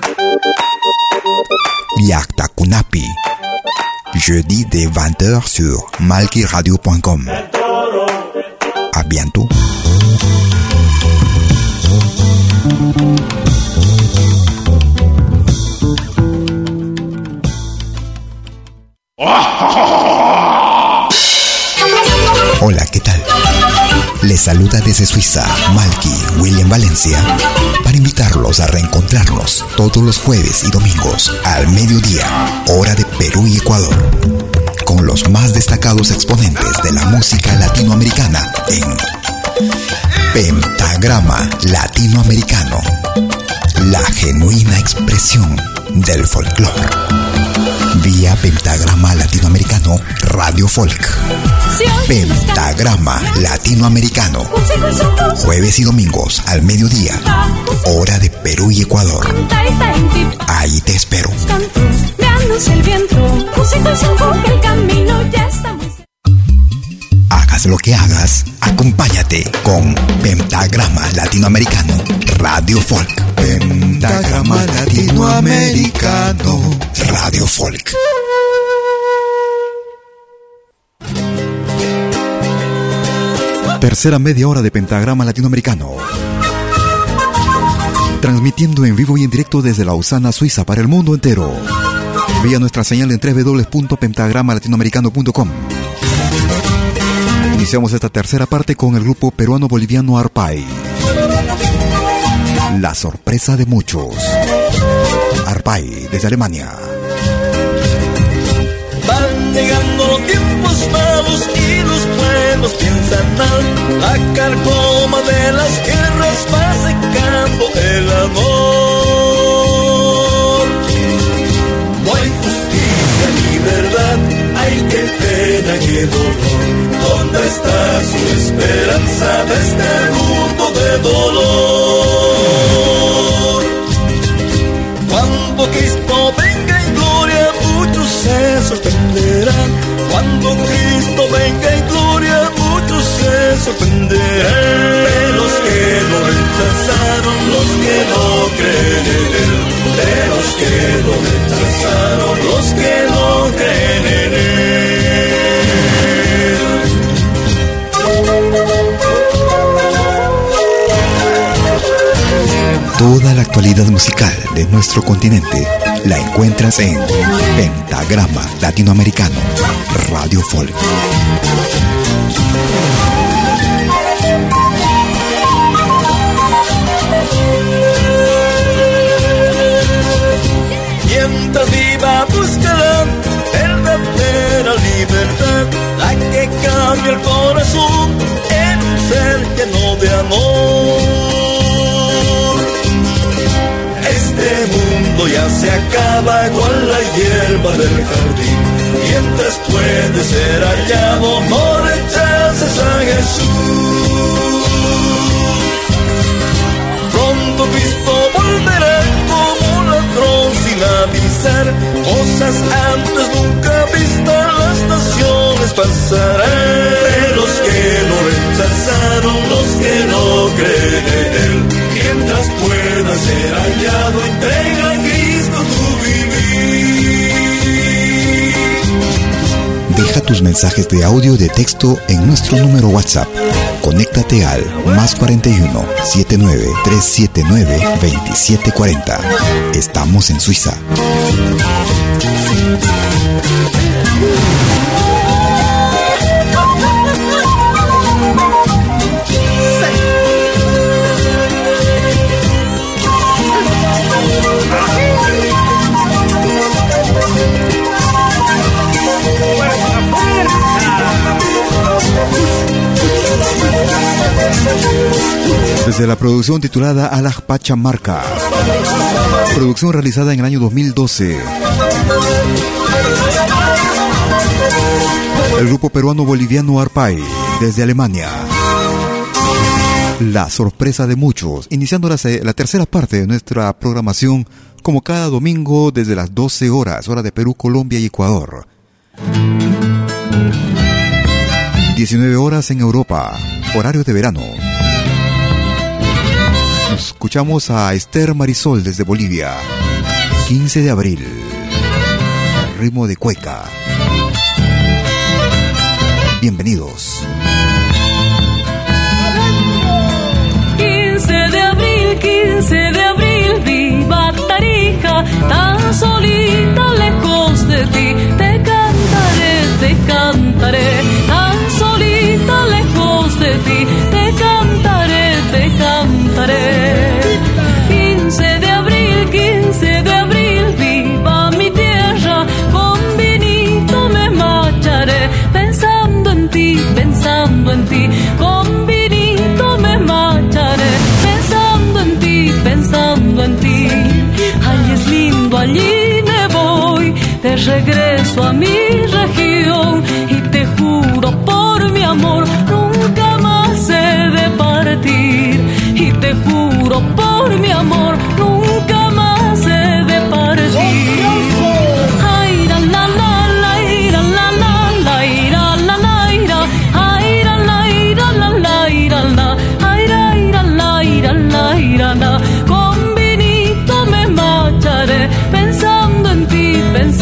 S2: Liakta Kunapi. Jeudi dès 20h sur malkiradio.com. À bientôt. Hola, ¿qué tal? Les saluda desde Suiza, Malky William Valencia, para invitarlos a reencontrarnos todos los jueves y domingos al mediodía, hora de Perú y Ecuador, con los más destacados exponentes de la música latinoamericana en Pentagrama Latinoamericano, la genuina expresión del folclore. Vía Pentagrama Latinoamericano Radio Folk. Pentagrama Latinoamericano. Jueves y domingos al mediodía, hora de Perú y Ecuador. Ahí te espero. Hagas lo que hagas, acompáñate con Pentagrama Latinoamericano Radio Folk. Pentagrama Latinoamericano Radio Folk. Tercera media hora de Pentagrama Latinoamericano. Transmitiendo en vivo y en directo desde Lausana, Suiza, para el mundo entero. Vía nuestra señal en www.pentagramalatinoamericano.com. Iniciamos esta tercera parte con el grupo peruano-boliviano Arpay. La sorpresa de muchos. Arpay, desde Alemania.
S3: Van llegando los tiempos malos y los pueblos piensan mal. La carcoma de las guerras va secando el amor. No hay justicia ni verdad, hay que pena, que dolor. ¿Dónde está su esperanza de este mundo de dolor? Cuando Cristo venga en gloria, muchos se sorprenderán. Cuando Cristo venga en gloria, muchos se sorprenderán. De los que lo rechazaron, los que no creen en él. De los que lo rechazaron, los que no creen en él.
S2: Toda la actualidad musical de nuestro continente la encuentras en Pentagrama Latinoamericano Radio Folk.
S3: Mientras viva buscarán verdadera libertad, la que cambia el corazón en un ser lleno de amor. Este mundo ya se acaba con la hierba del jardín. Mientras puede ser hallado, no rechaces a Jesús. Pronto Cristo volverá como un ladrón sin avisar. Cosas antes nunca vistas, las naciones pasarán. De los que lo rechazaron, los que no creen en él. Mientras pueda ser hallado, entrega a Cristo tu vivir.
S2: Deja tus mensajes de audio y de texto en nuestro número WhatsApp. Conéctate al +41 79 379 2740. Estamos en Suiza. Desde la producción titulada Alaj Pachamarca, producción realizada en el año 2012. El grupo peruano-boliviano Arpay, desde Alemania. La sorpresa de muchos, iniciando la tercera parte de nuestra programación, como cada domingo desde las 12 horas, hora de Perú, Colombia y Ecuador. 19 horas en Europa, horario de verano. Nos escuchamos a Esther Marisol desde Bolivia. 15 de abril. Ritmo de cueca. Bienvenidos.
S11: 15 de abril, viva Tarija, tan solita lejos de ti. Te cantaré, tan solita lejos de ti. Te cantaré. 15 de abril, viva mi tierra, con vinito me marcharé, pensando en ti, con vinito me marcharé, pensando en ti. Ay, es lindo, allí me voy, de regreso a mi región, y te juro por mi amor, nunca más he de partir. Y te juro por mi amor, nunca más he de partir. Ay, la la la la ira, la la la ira, la la ira, ay, la la ira, la la ira, la ay, la ira, la ira, la. Con vinito me marcharé, pensando en ti.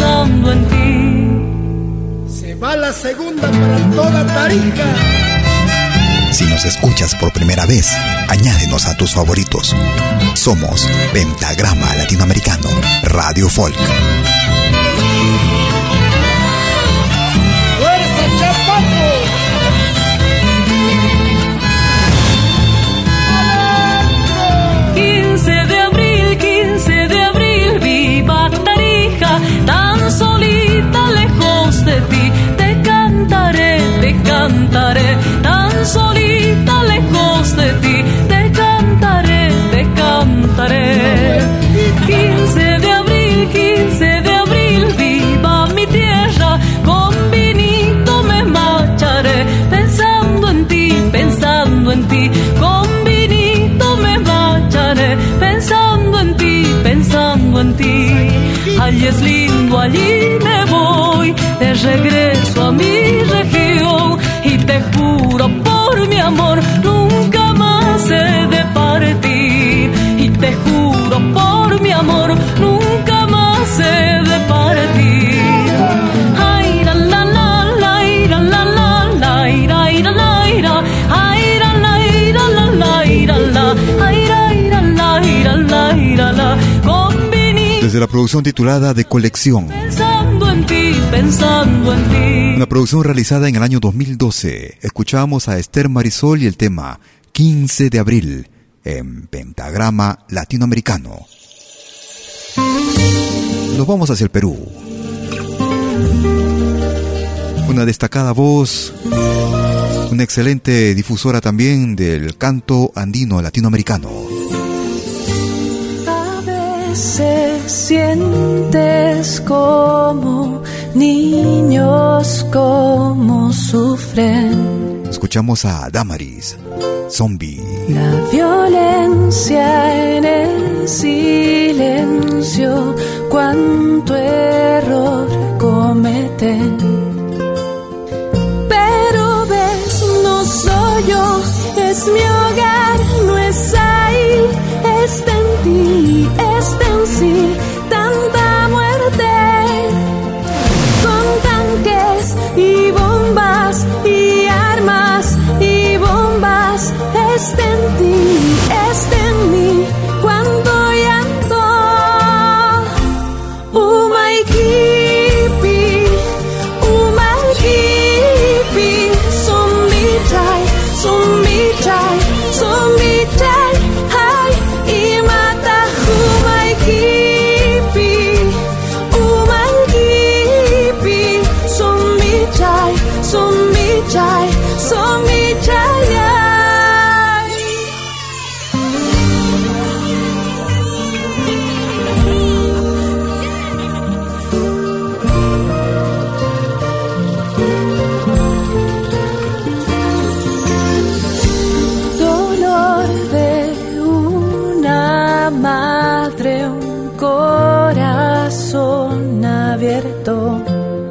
S3: Se va la segunda para toda Tarija.
S2: Si nos escuchas por primera vez, añádenos a tus favoritos. Somos Pentagrama Latinoamericano, Radio Folk.
S3: ¡Fuerza, Chapaco!
S11: 15 de abril, viva Tarija, tan solita lejos de ti. Te cantaré, tan solita lejos de ti. Te cantaré. 15 de abril, viva mi tierra, con vinito me marcharé, pensando en ti, con vinito me marcharé, pensando en ti. Allí es lindo, allí me voy, de regreso a mi región, y te juro por mi amor, nunca más he de partir. Y te juro por mi amor, nunca más he de partir. Ay, la la la la ira, la la la ira, la ira, ay, la la ira, la la ira, la ay, la ira, la.
S2: Desde la producción titulada De Colección,
S11: Pensando en ti.
S2: Una producción realizada en el año 2012. Escuchamos a Esther Marisol y el tema 15 de abril en Pentagrama Latinoamericano. Nos vamos hacia el Perú. Una destacada voz, una excelente difusora también del canto andino latinoamericano.
S12: Se sientes como niños como sufren.
S2: Escuchamos a Damaris, Zombie.
S12: La violencia en el silencio, cuánto error cometen. Pero ves, no soy yo, es mi hogar, no es ahí, está en ti, está en sí, tanta muerte, con tanques y bombas y armas y bombas, está en ti, está en mí, cuando llanto, zombie chai, madre un corazón abierto.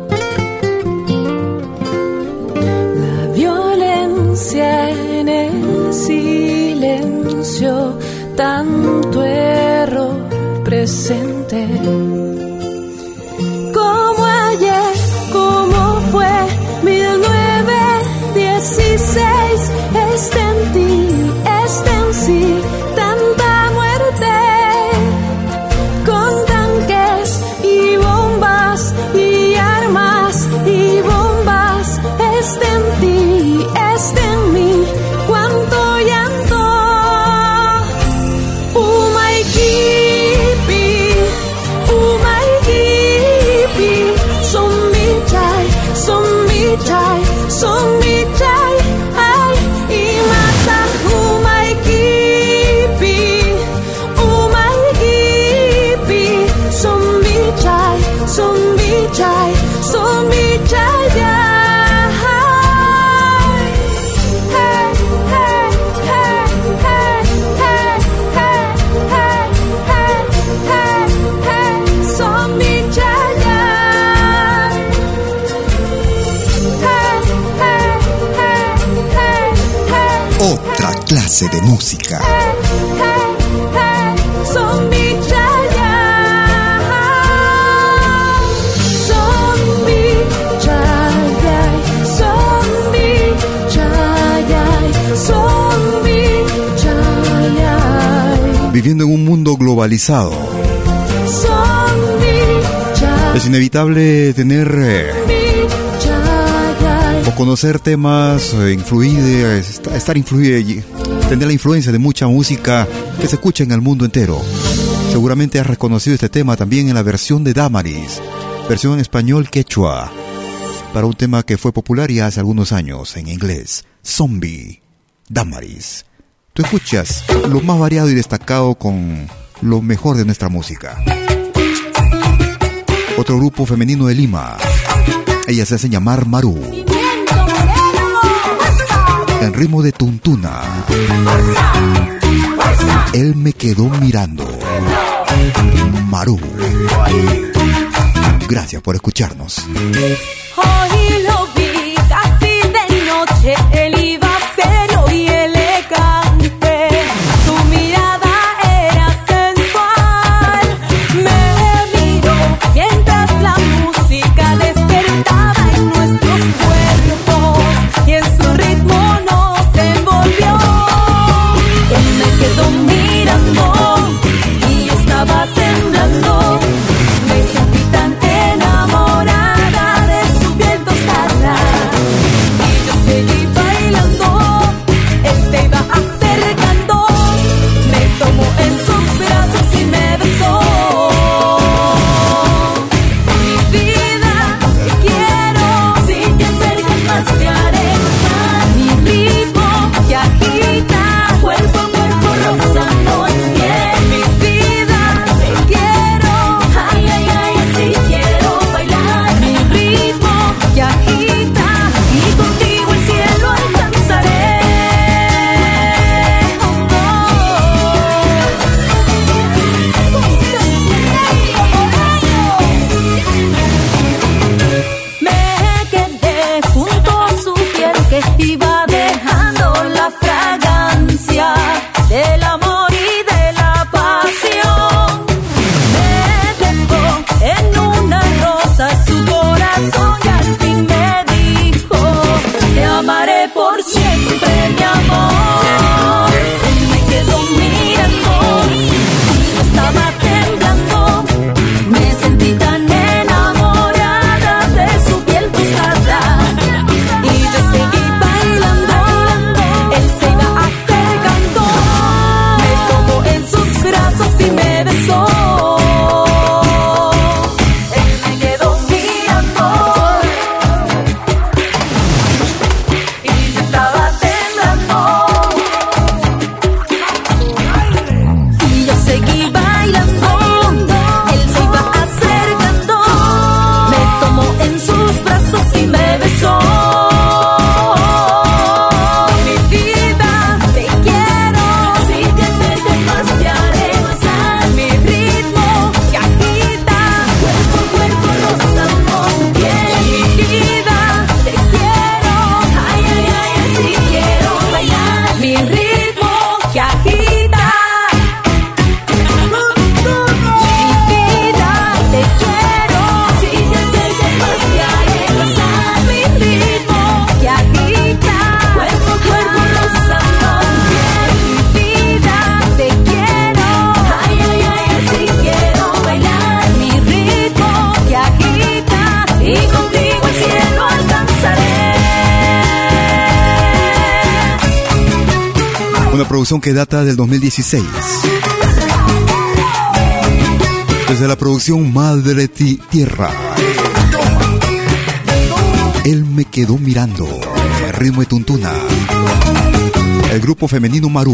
S12: La violencia en el silencio, tanto error presente. Como ayer, como fue 1916, está en ti, está en sí, tanta muerte, con tanques y bombas y armas y bombas, está en ti, está en mí, cuánto llanto. Son mi chai, ay, y mata umaikipi, son mi chai, son mi chai, son mi chai, ya. Hey, hey, hey, hey, hey, hey, hey, hey, hey, son mi chai, ya.
S2: Otra clase de música.
S12: Son mi chaya, son mi chaya, son mi chaya, son mi chaya.
S2: Viviendo en un mundo globalizado,
S12: son mi chaya,
S2: es inevitable tener o conocer temas, estar influido, tener la influencia de mucha música que se escucha en el mundo entero. Seguramente has reconocido este tema también en la versión de Damaris, versión en español quechua, para un tema que fue popular ya hace algunos años en inglés, Zombie, Damaris. Tú escuchas lo más variado y destacado con lo mejor de nuestra música. Otro grupo femenino de Lima, ellas se hacen llamar Maru, en ritmo de tuntuna. Él me quedó mirando. Maru, gracias por escucharnos.
S12: Hoy lo vi casi de noche, él iba serio y elegante, su mirada era sensual, me miró mientras la música despertaba en nuestros cuerpos y en su ritmo nos envolvió. Él me quedó mirando y yo estaba temblando, me sentí tan enamorada de
S2: Una producción que data del 2016. Desde la producción Madre Tierra. Él me quedó mirando. El ritmo de Tuntuna. El grupo femenino Marú.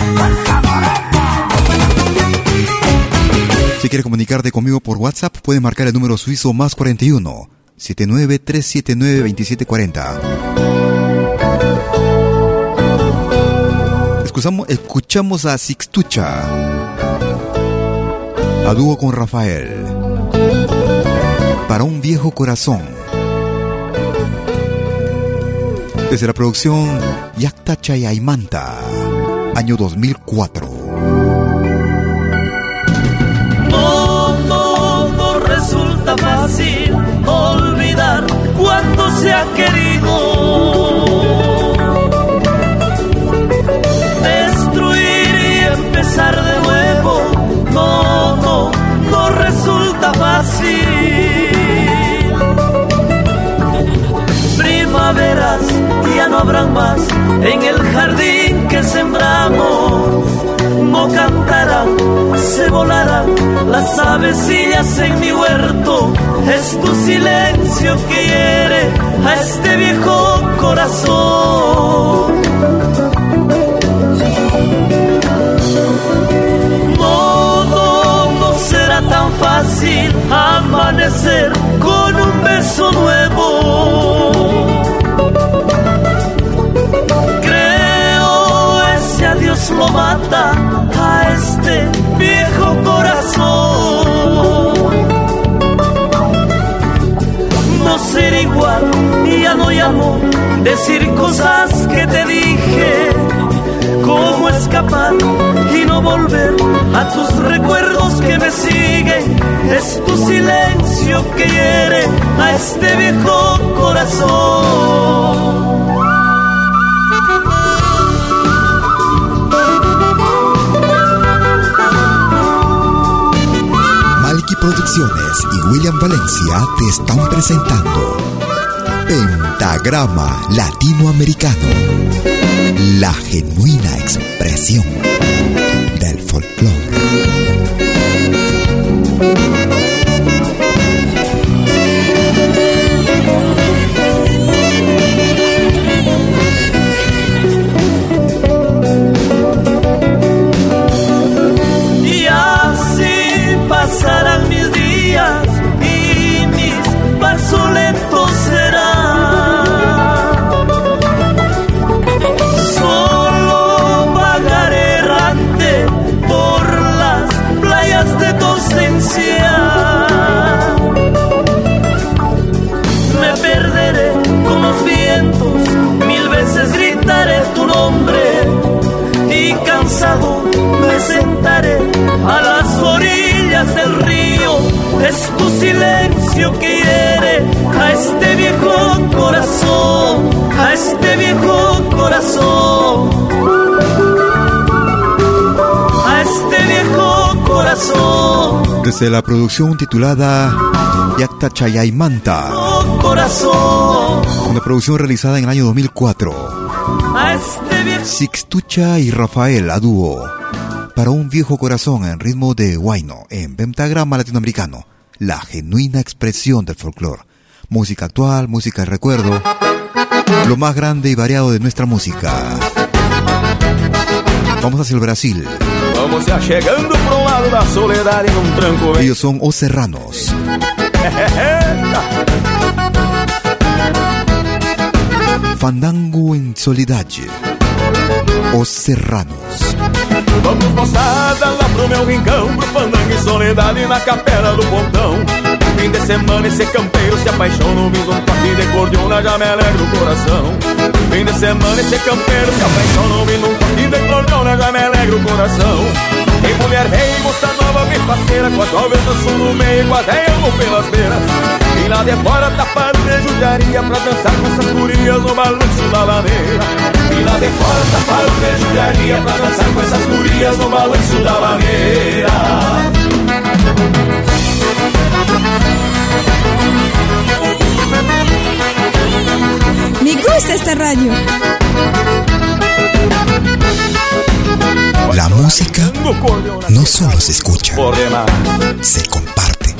S2: Si quieres comunicarte conmigo por WhatsApp, puedes marcar el número suizo más 41 79 379 2740. Escuchamos a Sixtucha, a dúo con Rafael, Para un viejo corazón. Desde la producción Yacta Chayaimanta, año 2004.
S3: No resulta fácil olvidar cuando se ha querido. Destruir y empezar de nuevo, no resulta fácil. Primaveras ya no habrán más en el jardín que sembramos. No cantarán, se volarán las avecillas en mi huerto. Es tu silencio que hiere a este viejo corazón. No será tan fácil amanecer con un beso nuevo. Dios lo mata a este viejo corazón. No será igual, ya no llamo decir cosas que te dije. Cómo escapar y no volver a tus recuerdos que me siguen. Es tu silencio que hiere a este viejo corazón.
S2: Producciones y William Valencia te están presentando Pentagrama Latinoamericano, la genuina expresión del folclore.
S3: Pasarán mis días y mis pasos lentos serán. Solo vagaré errante por las playas de tu ausencia. Me perderé con los vientos, mil veces gritaré tu nombre y cansado me sentaré a las orillas del río. Es tu silencio que hiere a este viejo corazón, a este viejo corazón, a este viejo corazón.
S2: Desde la producción titulada Yacta Chayaimanta,
S3: corazón,
S2: una producción realizada en el año 2004.
S3: A este viejo
S2: Sixtucha y Rafael a dúo, Para un viejo corazón en ritmo de huayno, en Pentagrama Latinoamericano, la genuina expresión del folclore. Música actual, música de recuerdo, lo más grande y variado de nuestra música. Vamos hacia el Brasil.
S13: Vamos ya llegando por un lado la soledad en un tranco.
S2: Ellos son Os Serranos. Fandango en Soledad, Os Serranos.
S13: Vamos moçada lá pro meu rincão, pro fandango em soledade na capela do pontão. Fim de semana esse campeiro se apaixona ouvindo um toque de cordiona, já me alegra o coração. Fim de semana esse campeiro se apaixona ouvindo um toque de cordiona, já me alegra o coração. Tem mulher bem, moça nova, bem parceira, com as jovens dançam no meio, com as reias vão pelas beiras. E lá de fora tapado de judiaria pra dançar com essas gurias no balanço da ladeira. E lá de fora tapado de judiaria pra dançar com essas gurias no balanço da ladeira.
S10: Me gusta esta radio.
S2: música no solo se escucha, se comparte.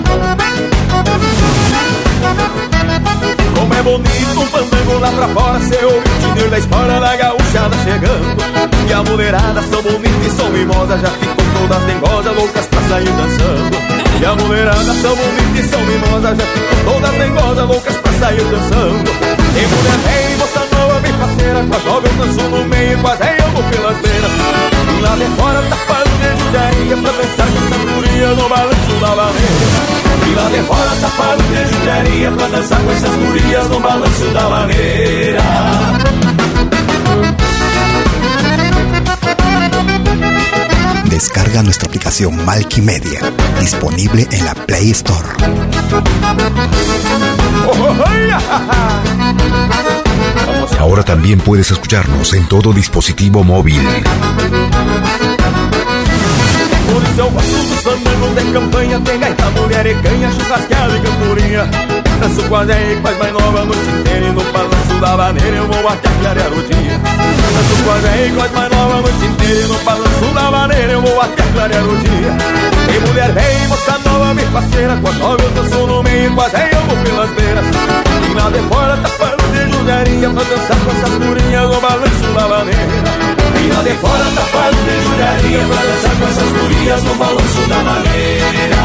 S13: Como é bonito um fandango lá pra fora, cê ouve o tiner da espora da gauchada chegando. E a mulherada são bonitas e são mimosas, já ficam todas dengosas, loucas pra sair dançando. E a mulherada são bonitas e são mimosas, já ficam todas dengosas, loucas pra sair dançando. Tem mulher bem, moça nova, bem parceira, com as jovens dançam no meio, quase amo pelas beiras. E lá de fora tá falando de judiaria pra dançar com essa guria no balanço da lareira. E lá de fora tá falando de judiaria pra dançar com essas gurias no balanço da lareira.
S2: Descarga nuestra aplicación Multimedia, disponible en la Play Store.
S14: Ahora también puedes escucharnos en todo dispositivo móvil.
S13: Por isso eu gosto dos fandangos de campanha. Tem gaita, mulher e canha, churrasqueada e cantorinha. Danço com a gente, faz mais nova a noite inteira. E no balanço da maneira eu vou até clarear o dia. Danço com a gente, faz mais nova a noite inteira. E no balanço da maneira eu vou até clarear o dia. Tem mulher bem, moça nova, bem parceira. Com a jovem eu danço no meio, quase eu vou pelas beiras. E lá de fora tá falando de judiaria pra dançar com essas gurinhas no balanço da maneira. E lá de fora tá falando de judiaria pra dançar com essas gurias no balanço da maneira.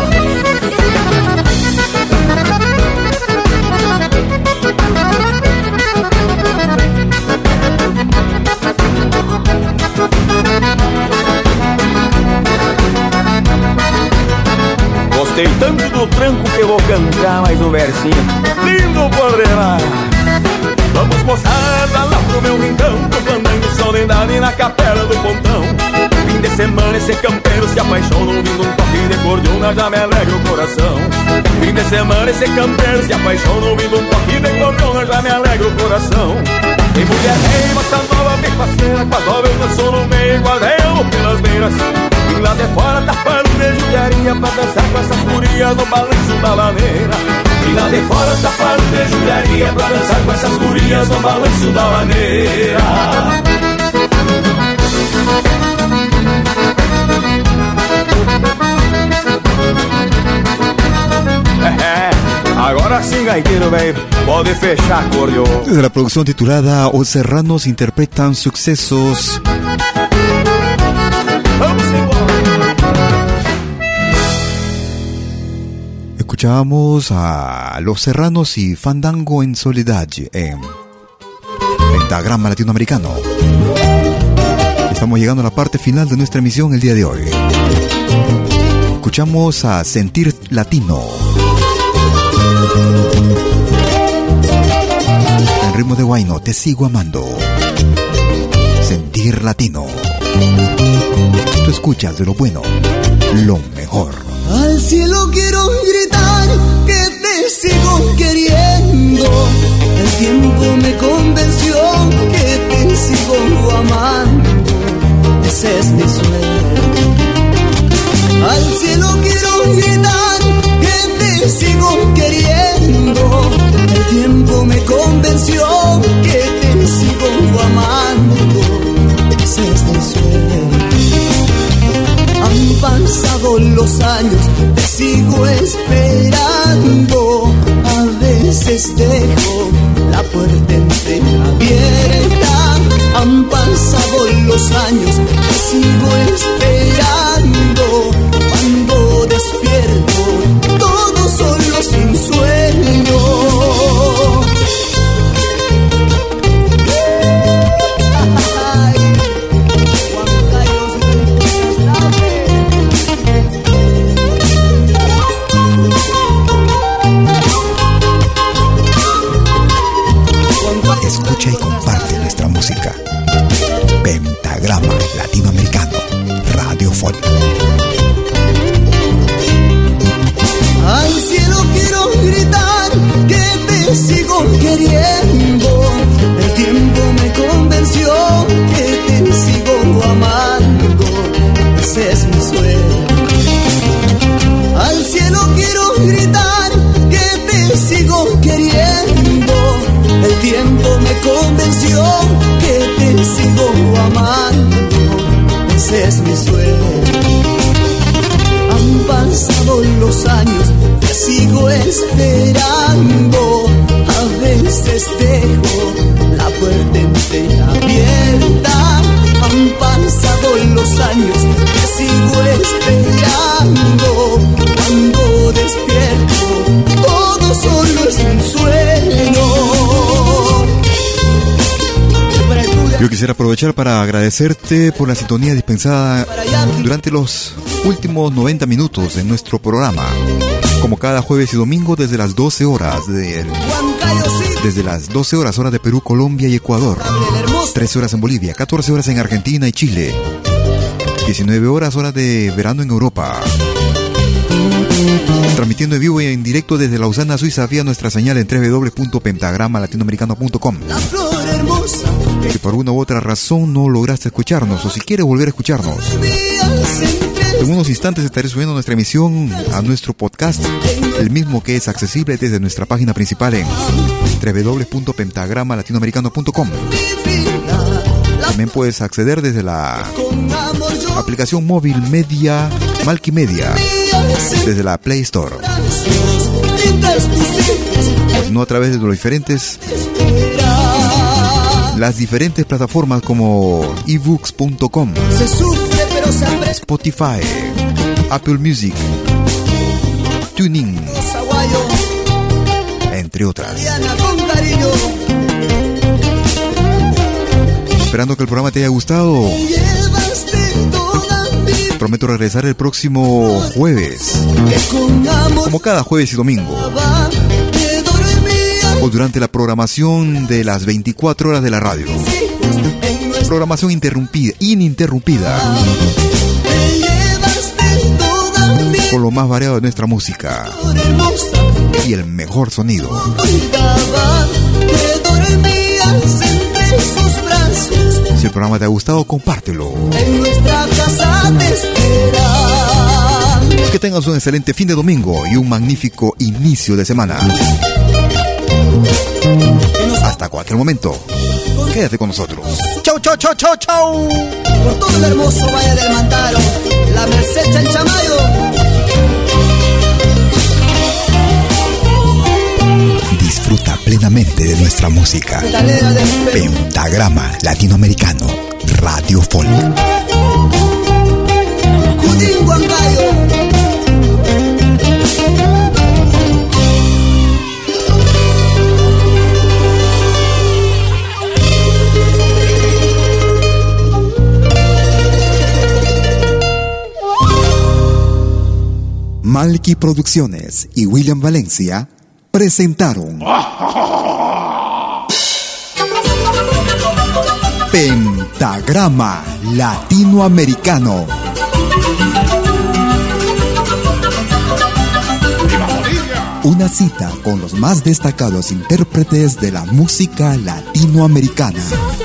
S13: Gostei tanto do tranco que eu vou cantar mais um versinho lindo por demais. Vamos moçada lá pro meu rincão, pro fandango solenidade na capela do pontão. Fim de semana esse campeiro se apaixona, ouvindo um toque de cordiona já me alegra o coração. Fim de semana esse campeiro se apaixona, ouvindo um toque de cordiona já me alegra o coração. Tem mulher bem, moça nova, bem parceira, com a jovem eu danço no meio, igual eu pelas beiras. E lá de fora tá falando de judiaria pra dançar com essas gurias no balanço da laneira. E lá de fora tá falando de judiaria pra dançar com essas gurias no balanço da laneira. Agora sim, gaiteiro, velho, pode fechar acordeon.
S2: De la producción titulada Os Serranos interpretan sucesos. Escuchábamos a Los Serranos y Fandango en Soledad en Pentagrama Latinoamericano. Estamos llegando a la parte final de nuestra emisión el día de hoy. Escuchamos a Sentir Latino. En ritmo de Huayno, Te Sigo Amando. Sentir Latino. Tú escuchas de lo bueno, lo mejor.
S3: Al cielo quiero gritar que te sigo queriendo. El tiempo me convenció que te sigo amando. Ese es mi sueño. Al cielo quiero gritar que te sigo queriendo. El tiempo me convenció que te sigo amando. Ese es mi sueño. Han pasado los años, te sigo esperando. A veces dejo la puerta entreabierta. Han pasado los años, te sigo esperando. Cuando despierto, todo solo sin sueño.
S2: Escucha y comparte nuestra música. Pentagrama Latinoamericano, Radio Folk.
S3: Al cielo quiero gritar que te sigo queriendo. El tiempo me convenció que te sigo amando. Ese es mi sueño. Al cielo quiero gritar que te sigo queriendo. El tiempo me convenció que te sigo amando. Ese
S6: sueño. Han pasado los años, te sigo esperando. A veces dejo la puerta entreabierta. Han pasado los años, te sigo esperando. Cuando despierto, todo solo es un sueño.
S15: Yo quisiera aprovechar para agradecerte por la sintonía dispensada durante los últimos 90 minutos en nuestro programa. Como cada jueves y domingo desde las 12 horas desde las 12 horas hora de Perú, Colombia y Ecuador, 13 horas en Bolivia, 14 horas en Argentina y Chile, 19 horas hora de verano en Europa. Transmitiendo en vivo y en directo desde Lausana, Suiza, vía nuestra señal en www.pentagramalatinoamericano.com. Si por una u otra razón no lograste escucharnos o si quieres volver a escucharnos, en unos instantes estaré subiendo nuestra emisión a nuestro podcast, el mismo que es accesible desde nuestra página principal en www.pentagramalatinoamericano.com. También puedes acceder desde la aplicación móvil Media Malki Media, desde la Play Store, no a través de las diferentes plataformas como ebooks.com, Spotify, Apple Music, Tuning, entre otras. Esperando que el programa te haya gustado. Prometo regresar el próximo jueves, como cada jueves y domingo, o durante la programación de las 24 horas de la radio. Programación ininterrumpida, con lo más variado de nuestra música y el mejor sonido. Si el programa te ha gustado, compártelo.
S6: En nuestra casa te esperan.
S15: Que tengas un excelente fin de domingo y un magnífico inicio de semana. Hasta cualquier momento, quédate con nosotros.
S6: Chau, chau, chau, chau, chau. Por todo el hermoso Valle del Mantaro, la Merced Chanchamayo.
S2: Disfruta plenamente de nuestra música. Pentagrama Latinoamericano, Radio Folk. Malki Producciones y William Valencia presentaron Pentagrama Latinoamericano. Una cita con los más destacados intérpretes de la música latinoamericana.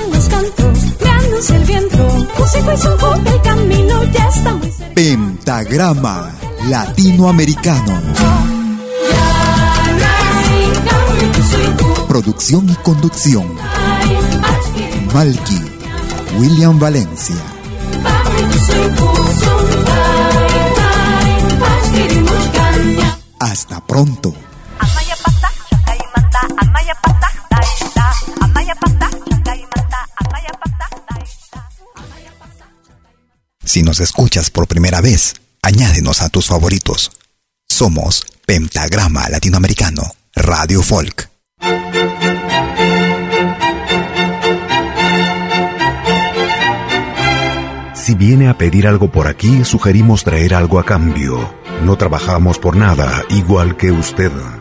S2: Pentagrama Latinoamericano. Producción y conducción: Malki, William Valencia. Hasta pronto. Si nos escuchas por primera vez, añádenos a tus favoritos. Somos Pentagrama Latinoamericano, Radio Folk.
S14: Si viene a pedir algo por aquí, sugerimos traer algo a cambio. No trabajamos por nada, igual que usted.